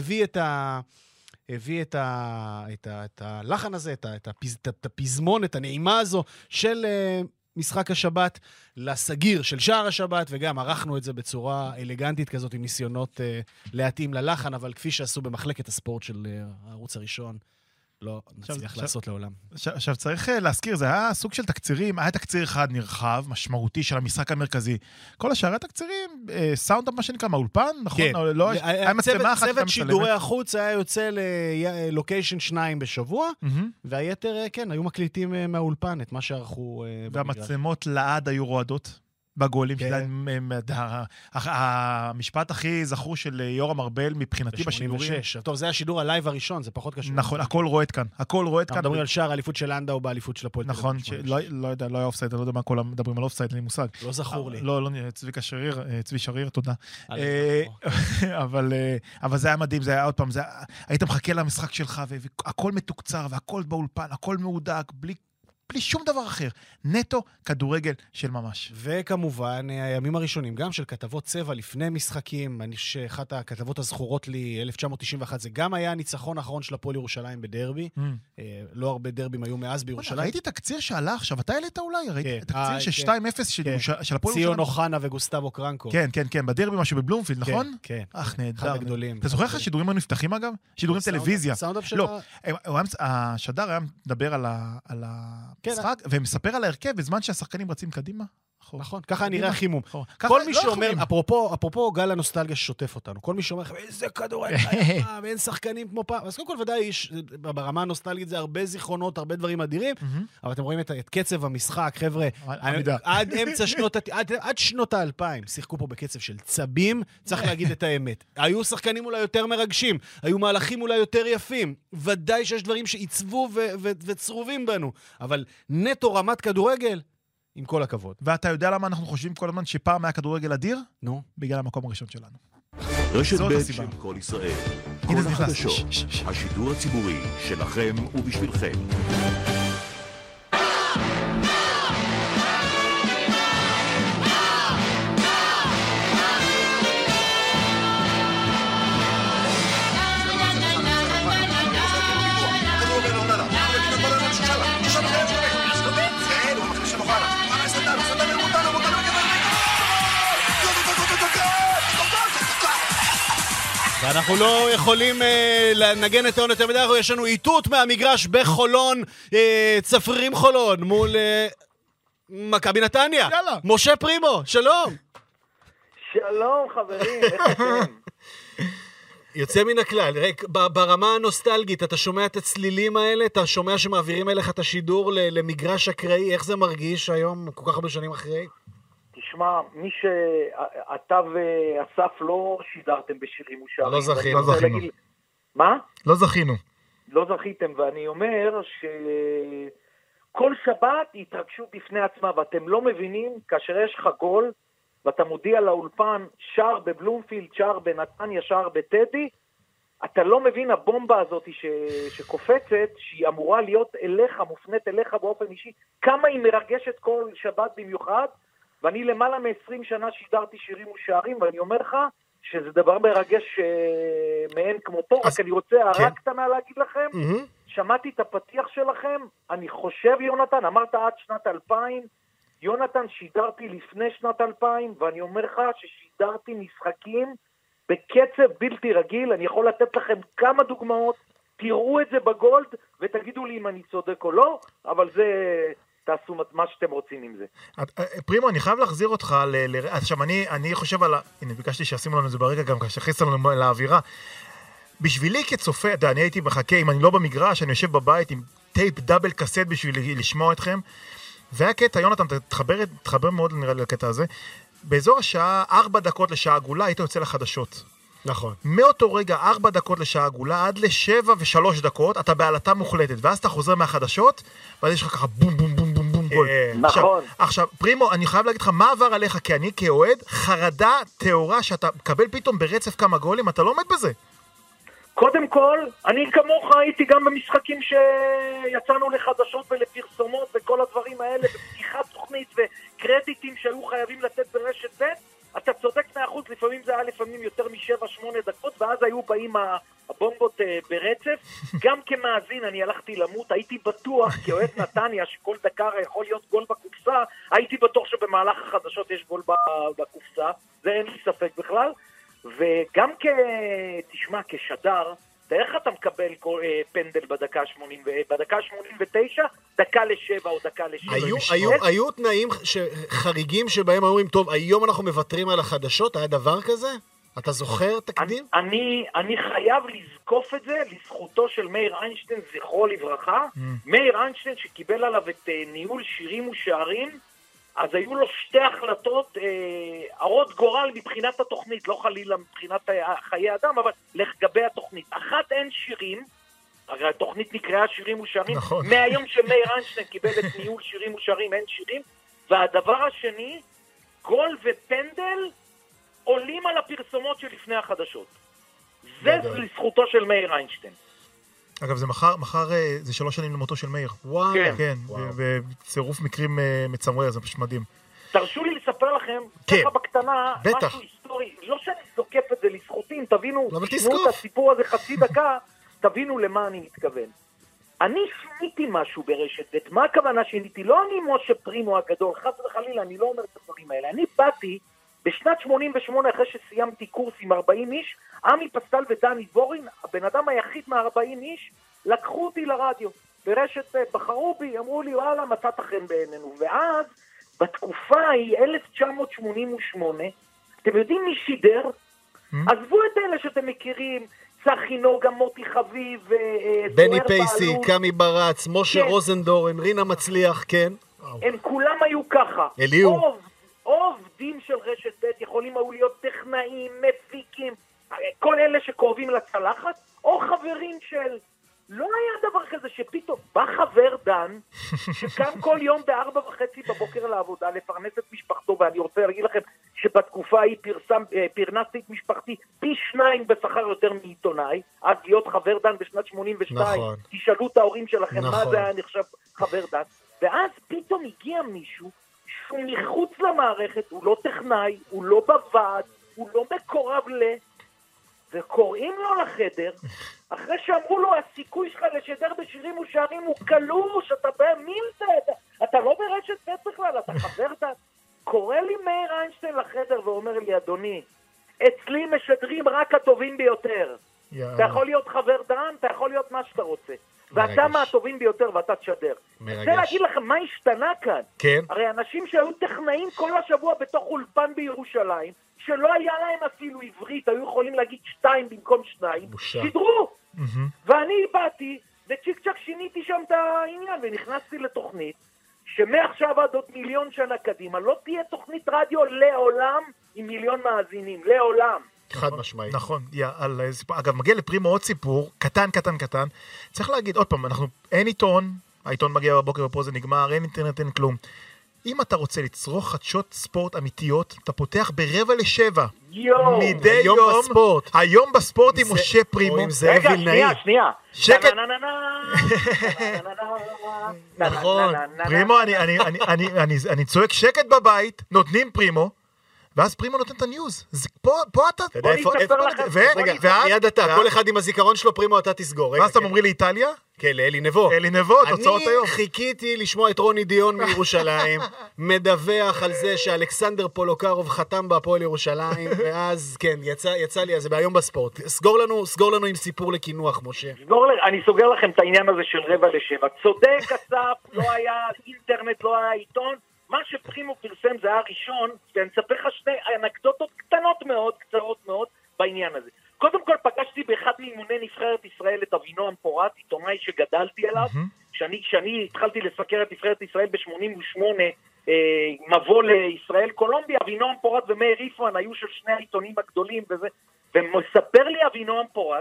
Speaker 3: הביא את הלחן הזה, את הפזמון, את הנעימה הזו של משחק השבת לסגיר של שער השבת, וגם ערכנו את זה בצורה אלגנטית כזאת, עם ניסיונות להתאים ללחן, אבל כפי שעשו במחלקת הספורט של הערוץ הראשון, לא נצליח לעשות לעולם.
Speaker 4: עכשיו צריך להזכיר, זה היה סוג של תקצירים, היה תקציר אחד נרחב, משמעותי של המשחק המרכזי. כל השאר היה תקצירים, סאונד-אפ מה שנקרא, מהאולפן, נכון? היה מצלמה אחת.
Speaker 3: צוות שידורי החוץ היה יוצא ללוקיישן 2 בשבוע, והיתר, כן, היו מקליטים מהאולפן את מה שערכו במגרש.
Speaker 4: והמצלמות לעד היו רועדות. בגולים שלהם, המשפט הכי זכור של יורם ארבל מבחינתי בשידורים.
Speaker 3: טוב, זה השידור הלייב הראשון, זה פחות קשור.
Speaker 4: נכון, הכל רועד כאן. אנחנו
Speaker 3: מדברים על שער האליפות של לנדאו באליפות של הפועל.
Speaker 4: נכון, לא יודע, לא היה אופסייד, אני לא יודע מה כולם מדברים על אופסייד, אין לי מושג.
Speaker 3: לא זכור לי.
Speaker 4: לא, צבי שריר, תודה. אבל זה היה מדהים, זה היה עוד פעם, היית מחכה למשחק שלך, והכל מתוקצר, והכל באולפן, הכל מהודק, בלי שום דבר אחר. נטו כדורגל של ממש.
Speaker 3: וכמובן, הימים הראשונים, גם של כתבות צבע לפני משחקים, אני חושב שאחת הכתבות הזכורות לי, 1991, זה גם היה הניצחון האחרון של הפועל ירושלים בדרבי. לא הרבה דרבים היו מאז בירושלים.
Speaker 4: ראיתי תקציר שעלה עכשיו, אתה העלית אולי? ראיתי תקציר של 2-0 של הפועל ירושלים.
Speaker 3: ציון אוחנה וגוסטבו קרנקו.
Speaker 4: כן, בדרבי משהו בבלומפילד, נכון?
Speaker 3: כן.
Speaker 4: נהדר. אתה זוכר איך השידורים היו נפתחים אגב? שידורים טלוויזיה. לא, השדר היה מדבר על משחק, ומספר על ההרכב בזמן שהשחקנים רצים קדימה.
Speaker 3: נכון, ככה נראה החימום. כל מי שאומר, אפרופו גל הנוסטלגיה ששוטף אותנו, כל מי שאומר, איזה כדורגל, ואין שחקנים כמו פעם. אז קודם כל ודאי, ברמה הנוסטלגית זה הרבה זיכרונות, הרבה דברים אדירים, אבל אתם רואים את קצב המשחק, חבר'ה, עד שנות ה-2000, שיחקו פה בקצב של צבים, צריך להגיד את האמת. היו שחקנים אולי יותר מרגשים, היו מהלכים אולי יותר יפים, ודאי שיש דברים שעיצבו וצרובים בנו, אבל נטו רמת כדורגל, עם כל הכבוד.
Speaker 4: ואתה יודע למה אנחנו חושבים כל הזמן שפעם היה כדורגל אדיר?
Speaker 3: נו.
Speaker 4: בגלל המקום הראשון שלנו.
Speaker 1: רשת ב' של כל ישראל. כל החדשות. השידור הציבורי שלכם ובשבילכם.
Speaker 3: אנחנו לא יכולים לנגן את העון יותר מדי, יש לנו איתות מהמגרש בחולון, צפרירים חולון, מול מכבי נתניה. יאללה. משה פרימו, שלום.
Speaker 9: שלום חברים, איך אתם?
Speaker 3: יוצא מן הכלל, ברמה הנוסטלגית, אתה שומע את הצלילים האלה, אתה שומע שמעבירים אליך את השידור למגרש אקראי, איך זה מרגיש היום, כל כך הרבה שנים אחרי?
Speaker 9: תשמע, מי שאתה ואסף לא שידרתם בשירים ושערים.
Speaker 3: לא זכינו.
Speaker 9: מה?
Speaker 4: לא זכינו.
Speaker 9: לא זכיתם, ואני אומר שכל שבת יתרגשו בפני עצמה, ואתם לא מבינים, כאשר יש לך גול, ואתה מודיע לאולפן, שער בבלומפילד, שער בנתניה, שער בטדי, אתה לא מבין הבומבה הזאת שקופצת, שהיא אמורה להיות אליך, מופנית אליך באופן אישי, כמה היא מרגשת כל שבת במיוחד, ואני למעלה מ-20 שנה שידרתי שירים ושערים, ואני אומר לך שזה דבר מרגש מעין כמותו, רק אני רוצה הערה קטנה להגיד לכם, שמעתי את הפתיח שלכם, אני חושב יונתן, אמרת עד שנת 2000, יונתן, שידרתי לפני שנת 2000, ואני אומר לך ששידרתי משחקים בקצב בלתי רגיל, אני יכול לתת לכם כמה דוגמאות, תראו את זה בגולד, ותגידו לי אם אני צודק או לא, אבל זה, תעשו מה שאתם רוצים עם זה.
Speaker 4: פרימו, אני חייב להחזיר אותך, עכשיו אני חושב על, הנה, ביקשתי שישימו לנו את זה ברגע גם, כשהכניס לנו לאווירה, בשבילי כצופה, אני הייתי מחכה, אם אני לא במגרש, אני יושב בבית עם טייפ דאבל קסט בשביל לשמוע אתכם, והקטע, יונתן, תחבר מאוד נראה לי לקטע הזה, באזור השעה 4 דקות לשעה עגולה, היית יוצא לחדשות.
Speaker 3: נכון.
Speaker 4: מאותו רגע 4 דקות לשעה עגולה, עד ל7 ו3 דקות, אתה בעלתה מוחלטת, ואז אתה חוזר מהחדשות, ואז יש לך ככה בום בום בום בום בום גול.
Speaker 9: נכון.
Speaker 4: עכשיו, פרימו, אני חייב להגיד לך, מה עבר עליך, כי אני כאוהד, חרדה תאורה, שאתה מקבל פתאום ברצף כמה גולים, אתה לא עומד בזה.
Speaker 9: קודם כל, אני כמוך הייתי גם במשחקים שיצאנו לחדשות ולפרסומות וכל הדברים האלה, בפתיחת תוכנית וקרדיטים שהיו חייבים לתת ברשת ב', אתה צודק 100%, לפעמים זה היה לפעמים יותר מ7-8 דקות, ואז היו באים הבומבות ברצף. גם כמאזין אני הלכתי למות, הייתי בטוח, כאוהד נתניה, שכל דקה יכול להיות גול בקופסה, הייתי בטוח שבמהלך החדשות יש גול בקופסה, זה אין לי ספק בכלל. וגם תשמע, כשדר, איך אתה מקבל פנדל בדקה 89, דקה ל7 או דקה ל7?
Speaker 3: היו תנאים חריגים שבהם אומרים, טוב, היום אנחנו מוותרים על החדשות, היה דבר כזה? אתה זוכר תקדים?
Speaker 9: אני חייב לזקוף את זה לזכותו של מאיר איינשטיין, זכרו לברכה. מאיר איינשטיין שקיבל עליו את ניהול שירים ושערים, אז היו לו שתי החלטות, הרות גורל מבחינת התוכנית, לא חלילה מבחינת חיי אדם, אבל לגבי התוכנית. אחת, אין שירים, הרי התוכנית נקראה שירים ושערים, נכון. מהיום שמאיר איינשטיין קיבל את ניהול שירים ושערים, אין שירים, והדבר השני, גול ופנדל עולים על הפרסומות שלפני החדשות. זה לזכותו של מאיר איינשטיין.
Speaker 4: אגב, זה מחר זה 3 שנים למותו של מאיר.
Speaker 3: וואו.
Speaker 4: כן, בצירוף מקרים מצמרר, זה פשוט מדהים.
Speaker 9: תרשו לי לספר לכם, ככה בקטנה, משהו היסטורי, לא שאני זוקף את זה לזכותים, תבינו, תשמעו את הסיפור הזה חצי דקה, תבינו למה אני מתכוון. אני שיניתי משהו ברשת, את מה הכוונה שיניתי? לא אני משה פרימו הגדול, חס וחלילה, אני לא אומר את הדברים האלה. אני באתי בשנת 88, אחרי שסיימתי קורס עם 40 איש, עמי פסטל ודני דבורין, הבן אדם היחיד מה-40 איש, לקחו אותי לרדיו. ברשת בחרו בי, אמרו לי, וואלה, מצאת חן בעינינו. ואז, בתקופה ההיא, 1988, אתם יודעים מי שידר? עזבו את אלה שאתם מכירים, צחי נוגה, מוטי חביב,
Speaker 3: בני פייסי, קמי ברץ, משה רוזנדורן, רינה מצליח, כן.
Speaker 9: הם כולם היו ככה.
Speaker 3: אליהו.
Speaker 9: עובדים של רשת ב' יכולים היו להיות טכנאים, מפיקים, כל אלה שקרובים לצלחת, או חברים של... לא היה דבר כזה שפתאום בא חבר דן, שקם כל יום ב4:30 בבוקר לעבודה, לפרנס את משפחתו, ואני רוצה להגיד לכם שבתקופה היא פרנסתי את משפחתי פי 2 בשכר יותר מעיתונאי, אז להיות חבר דן בשנת 82, נכון. תשאלו את ההורים שלכם, נכון. מה זה היה נחשב חבר דן, ואז פתאום הגיע מישהו, שהוא מחוץ למערכת, הוא לא טכנאי, הוא לא בוועד, הוא לא מקורב וקוראים לו לחדר, אחרי שאמרו לו, הסיכוי שלך לשדר בשירים ושערים הוא קלוש, אתה במין זה, אתה לא ברשת ב' בכלל, אתה חבר דת. קורא לי מאיר איינשטיין לחדר ואומר לי, אדוני, אצלי משדרים רק הטובים ביותר. אתה יכול להיות חבר דן, אתה יכול להיות מה שאתה רוצה. ואתה מהטובים ביותר ואתה תשדר. אני רוצה להגיד לכם מה השתנה כאן.
Speaker 10: כן.
Speaker 9: הרי אנשים שהיו טכנאים כל השבוע בתוך אולפן בירושלים, שלא היה להם אפילו עברית, היו יכולים להגיד 2 במקום 2, שידרו. ואני באתי, וצ'יק צ'ק שיניתי שם את העניין, ונכנסתי לתוכנית, שמעכשיו עד עוד 1,000,000 שנה קדימה, לא תהיה תוכנית רדיו לעולם עם 1,000,000 מאזינים, לעולם.
Speaker 10: חד משמעית.
Speaker 4: נכון. אגב, מגיע לפרימו עוד סיפור, קטן. צריך להגיד, עוד פעם, אין עיתון, העיתון מגיע בבוקר ופה זה נגמר, אין אינטרנט, אין כלום. אם אתה רוצה לצרוך חדשות ספורט אמיתיות, אתה פותח 6:45. מדי יום בספורט. היום בספורט עם משה פרימו.
Speaker 9: רגע, שנייה.
Speaker 4: שקט. נכון. פרימו, אני צועק שקט בבית, נותנים פרימו, ואז פרימו נותן את הניוז. פה אתה...
Speaker 10: מיד אתה, כל אחד עם הזיכרון שלו, פרימו אתה תסגור.
Speaker 4: ואז אתה אומרים לאיטליה?
Speaker 10: כן, לאלי נבו.
Speaker 4: אלי נבו, תוצאות היום.
Speaker 10: אני חיכיתי לשמוע את רוני דיון מירושלים, מדווח על זה שאלכסנדר פולוקרוב חתם בהפועל ירושלים, ואז כן, יצא לי, אז זה בהיום בספורט. סגור לנו עם סיפור לכינוח, משה.
Speaker 9: אני סוגר לכם את העניין הזה של 6:45. צודק אסף, לא היה אינטרנט, לא היה עיתון. מה שפרימו פרסם זה היה ראשון, ואני אספר לך 2 אנקדוטות קטנות מאוד, קצרות מאוד, בעניין הזה. קודם כל פגשתי באחד מאימוני נבחרת ישראל את אבינועם פורת, עיתונאי שגדלתי עליו, כשאני התחלתי לסקר את נבחרת ישראל ב-88, מבוא לישראל קולומביה, אבינועם פורת ומאיר ריפמן היו של 2 העיתונים הגדולים, ומספר לי אבינועם פורת,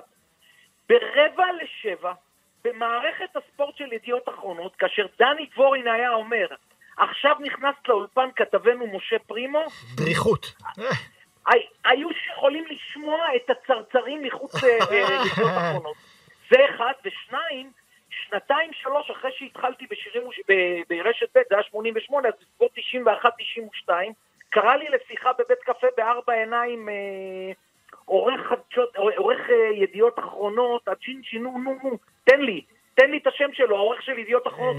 Speaker 9: 6:45, במערכת הספורט של ידיעות אחרונות, כאשר דני דבורין היה אומר, עכשיו נכנס לאולפן כתבנו משה פרימו,
Speaker 10: דריכות.
Speaker 9: היו שיכולים לשמוע את הצרצרים מחוץ לידיעות אחרונות. זה 1, ו2, 2-3 אחרי שהתחלתי בשירים ברשת ב', זה היה 88, אז בסביבות 91-92, קרא לי לשיחה בבית קפה בארבע עיניים עורך ידיעות אחרונות, נו, תן לי את השם שלו, העורך של ידיעות אחרונות,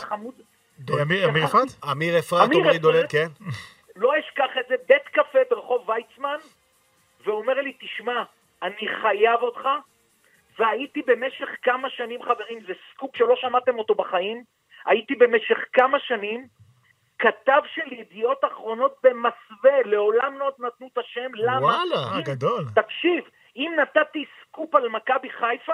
Speaker 10: אמיר אפרת? אמיר אפרת, עומרי דולר, כן.
Speaker 9: לא אשכח את זה, בית קפה ברחוב ויצמן, ואומר לי, תשמע, אני חייב אותך, והייתי במשך כמה שנים, חברים, זה סקופ שלא שמעתם אותו בחיים, הייתי במשך כמה שנים, כתב של ידיעות אחרונות במסווה, לעולם לא נתנו את השם, למה?
Speaker 10: וואלה, גדול.
Speaker 9: תקשיב, אם נתתי סקופ על מכבי חיפה,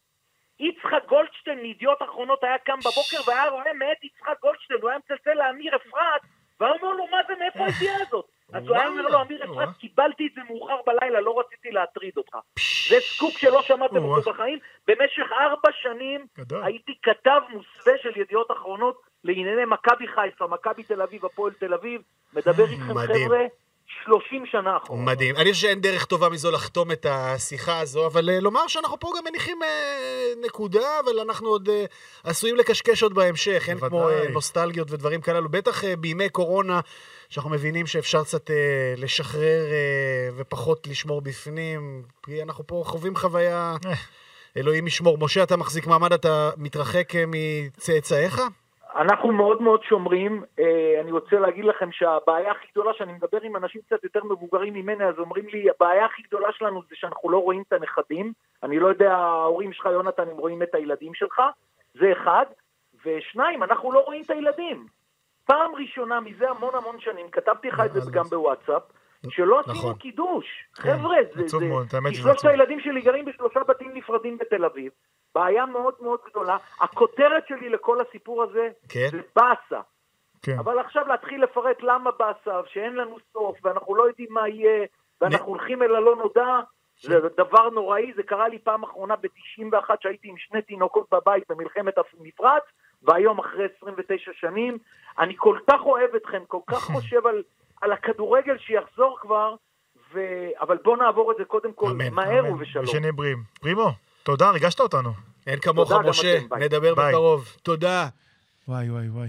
Speaker 9: יצחק גולדשטיין מידיעות אחרונות היה קם בבוקר והיה רואה מאת יצחק גולדשטיין, הוא היה מצלצל לאמיר אפרת, והוא אומר לו, מה זה, מאיפה הידיעה הזאת? אז הוא היה אומר לו, אמיר אפרת, קיבלתי את זה מאוחר בלילה, לא רציתי להטריד אותך. זה סקופ שלא שמעתם אותו בחיים. במשך 4 שנים הייתי כתב מוסווה של ידיעות אחרונות לענייני מכבי חיפה, מכבי תל אביב, הפועל תל אביב, מדבר איתכם חבר'ה, 30 שנה אחורה.
Speaker 10: מדהים. אני חושב שאין דרך טובה מזו לחתום את השיחה הזו, אבל לומר שאנחנו פה גם מניחים נקודה, אבל אנחנו עוד עשויים לקשקש עוד בהמשך, אין כמו נוסטלגיות ודברים כאלו, בטח בימי קורונה, שאנחנו מבינים שאפשר קצת לשחרר ופחות לשמור בפנים, כי אנחנו פה חווים חוויה, אלוהים ישמור. משה, אתה מחזיק מעמד, אתה מתרחק מצאצאיך?
Speaker 9: אנחנו מאוד מאוד שומרים, אני רוצה להגיד לכם שהבעיה הכי גדולה, שאני מדבר עם אנשים קצת יותר מבוגרים ממני, אז אומרים לי, הבעיה הכי גדולה שלנו זה שאנחנו לא רואים את הנכדים, אני לא יודע, ההורים שלך, יונתן, הם רואים את הילדים שלך, זה 1, ו2, אנחנו לא רואים את הילדים. פעם ראשונה, מזה המון שנים, כתבתי לך את זה גם בוואטסאפ, שלא עשינו קידוש. חבר'ה, כי 3 הילדים שלי גרים ב3 בתים נפרדים בתל אביב, בעיה מאוד מאוד גדולה. הכותרת שלי לכל הסיפור הזה זה באסה. אבל עכשיו להתחיל לפרט למה באסה, שאין לנו סוף, ואנחנו לא יודעים מה יהיה, ואנחנו הולכים אל הלא נודע, זה דבר נוראי. זה קרה לי פעם אחרונה ב-91, שהייתי עם 2 תינוקות בבית במלחמת המפרץ, והיום אחרי 29 שנים, אני כל כך אוהב אתכם, כל כך חושב על הכדורגל שיחזור כבר, אבל בואו נעבור את זה קודם כל מהר ובשלום.
Speaker 4: ושנהיה בריאים. פרימו, תודה, ריגשת אותנו.
Speaker 10: אין כמוך משה, נדבר בקרוב. תודה.
Speaker 4: וואי.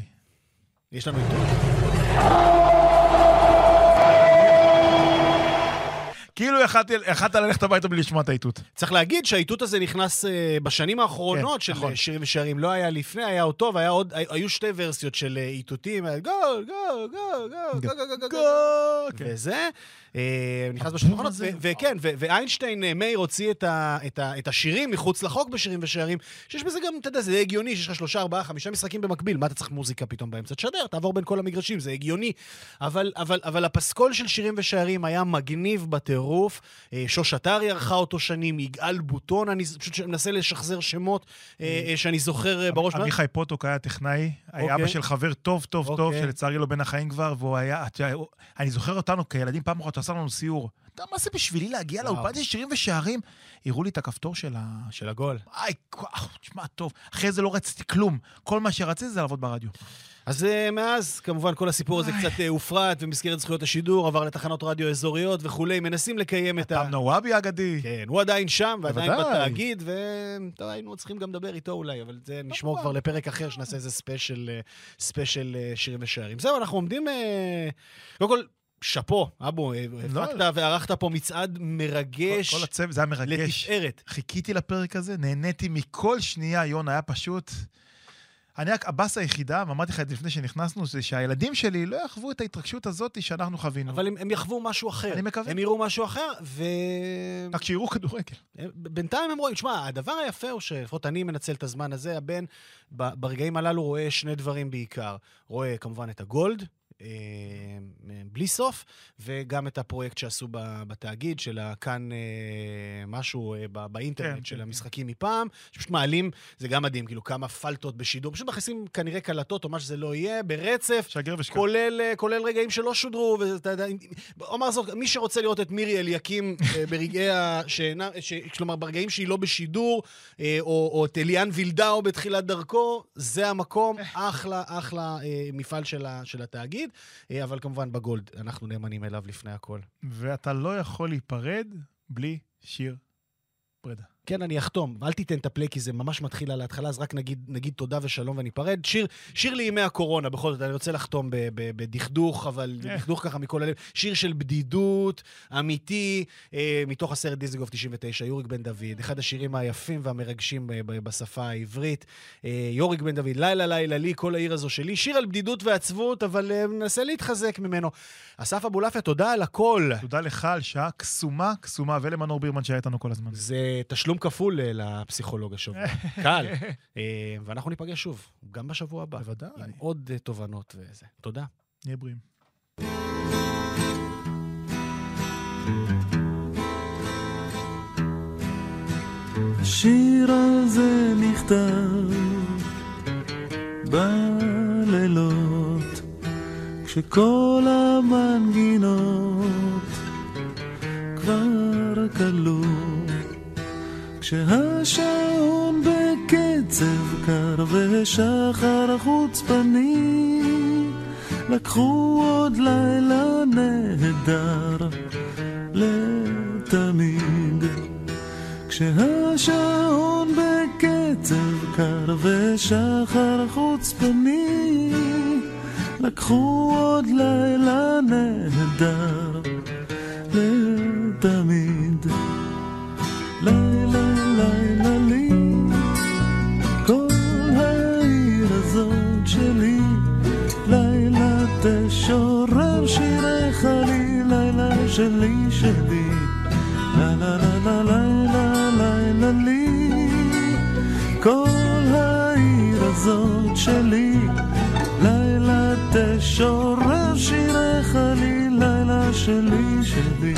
Speaker 3: יש לנו איתו.
Speaker 4: כאילו יכלת ללכת הביתה בלי לשמוע את האיתות.
Speaker 3: צריך להגיד שהאיתות הזה נכנס בשנים האחרונות של שירים ושערים, לא היה לפני, היה אותו, והיו 2 ורסיות של איתותים, גול, וזה, נכנס בשנים האחרונות, וכן, ואיינשטיין, מאיר הוציא את השירים מחוץ לחוק בשירים ושערים, שיש בזה גם, אתה יודע, זה הגיוני, שיש לך 3, 4, 5 משחקים במקביל, מה אתה צריך מוזיקה פתאום באמצע תשדר, תעבור בין כל המגרשים, זה הגיוני, אבל הפסקול של שירים ושערים היה מגניב בטירוף, שוש אתרי ערכה אותו שנים, יגאל בוטון, אני פשוט מנסה לשחזר שמות שאני זוכר בראש.
Speaker 4: עמיחי פוטוק היה טכנאי, היה אבא של חבר טוב, שלצערי לא בין החיים כבר, והוא היה, אני זוכר אותנו כילדים פעם אחת, עשה לנו סיור. אתה מה זה בשבילי להגיע לאולפן של שירים ושערים? הראו לי את הכפתור
Speaker 3: של הגול.
Speaker 4: תשמע, טוב. אחרי זה לא רציתי כלום. כל מה שרציתי זה לעבוד ברדיו.
Speaker 3: אז מאז, כמובן, כל הסיפור הזה קצת הופרט, במסגרת זכויות השידור, עבר לתחנות רדיו אזוריות וכולי, מנסים לקיים את
Speaker 4: פעם נוואבי אגדי.
Speaker 3: כן, הוא עדיין שם, ועדיין בתאגיד, היינו צריכים גם לדבר איתו אולי, אבל זה נשמור כבר לפרק אחר, שנעשה איזה ספיישל שירים ושערים. זהו, אנחנו עומדים, קודם כל, שפו, אבו, הפקת וערכת פה מצעד מרגש.
Speaker 4: כל הצוות, זה היה מרגש.
Speaker 3: לתפארת.
Speaker 4: חיכיתי לפרק הזה, נהניתי מכל שנייה, יון היה פשוט... אני רק הבאס היחידה, ואמרתי לך את זה לפני שנכנסנו, זה שהילדים שלי לא יחוו את ההתרגשות הזאת שאנחנו חווינו.
Speaker 3: אבל הם יחוו משהו אחר.
Speaker 4: אני מקווה.
Speaker 3: הם יראו משהו אחר,
Speaker 4: רק שיראו כדורגל.
Speaker 3: בינתיים הם רואים, תשמע, הדבר היפה הוא שלפחות אני מנצל את הזמן הזה, הבן ברגעים הללו רואה שני דברים בעיקר. רואה כמובן את הגולד, בלי סוף, וגם את הפרויקט שעשו בתאגיד של כאן משהו באינטרנט של המשחקים מפעם, שפשוט מעלים, זה גם מדהים, כאילו כמה פלטות בשידור, פשוט מכניסים כנראה קלטות או מה שזה לא יהיה, ברצף, כולל רגעים שלא שודרו, אומר זאת, מי שרוצה לראות את מירי אליקים ברגעי השינה, כלומר ברגעים שהיא לא בשידור, או את אליאן וילדאו בתחילת דרכו, זה המקום, אחלה מפעל של התאגיד, אבל כמובן בגולד אנחנו נאמנים אליו לפני הכל.
Speaker 4: ואתה לא יכול להיפרד בלי שיר פרידה.
Speaker 3: כן, אני אחתום. אל תיתן את הפלי, כי זה ממש מתחיל על ההתחלה, אז רק נגיד תודה ושלום וניפרד. שיר לימי הקורונה, בכל זאת, אני רוצה לחתום בדכדוך, אבל דכדוך ככה מכל הלב. שיר של בדידות, אמיתי, מתוך הסרט דיזנגוף 99, יוריק בן דוד, אחד השירים היפים והמרגשים בשפה העברית. יוריק בן דוד, לילה לילה לי, כל העיר הזו שלי. שיר על בדידות ועצבות, אבל ננסה להתחזק ממנו. אסף אבולעפיה, תודה על הכל.
Speaker 4: תודה לך על שעה קסומה, ולמנור בירמן שהיה איתנו כל הזמן.
Speaker 3: זה תשלום כפול לפסיכולוג השבוע. קל. ואנחנו ניפגש שוב, גם בשבוע הבא.
Speaker 4: בוודאי.
Speaker 3: עם עוד תובנות וזה. תודה.
Speaker 4: נהיה בריאים.
Speaker 11: השיר הזה נכתב בלילות, כשכל המנגינות כבר קלו, כשהשעון בקצב קר ושחר חוצפני לקחו עוד לילה נהדר לתמיד, כשהשעון בקצב קר ושחר חוצפני לקחו עוד לילה נהדר לתמיד. לילה לילה לי, כל העיר הזאת שלי, לילה תשורר שירך לי, לילה שלי שלי, לילה לילה לילה לילה לי, כל העיר הזאת שלי, לילה תשורר שירך לי, לילה שלי שלי.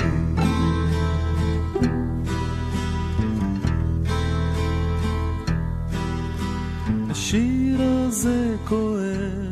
Speaker 11: השיר הזה כואב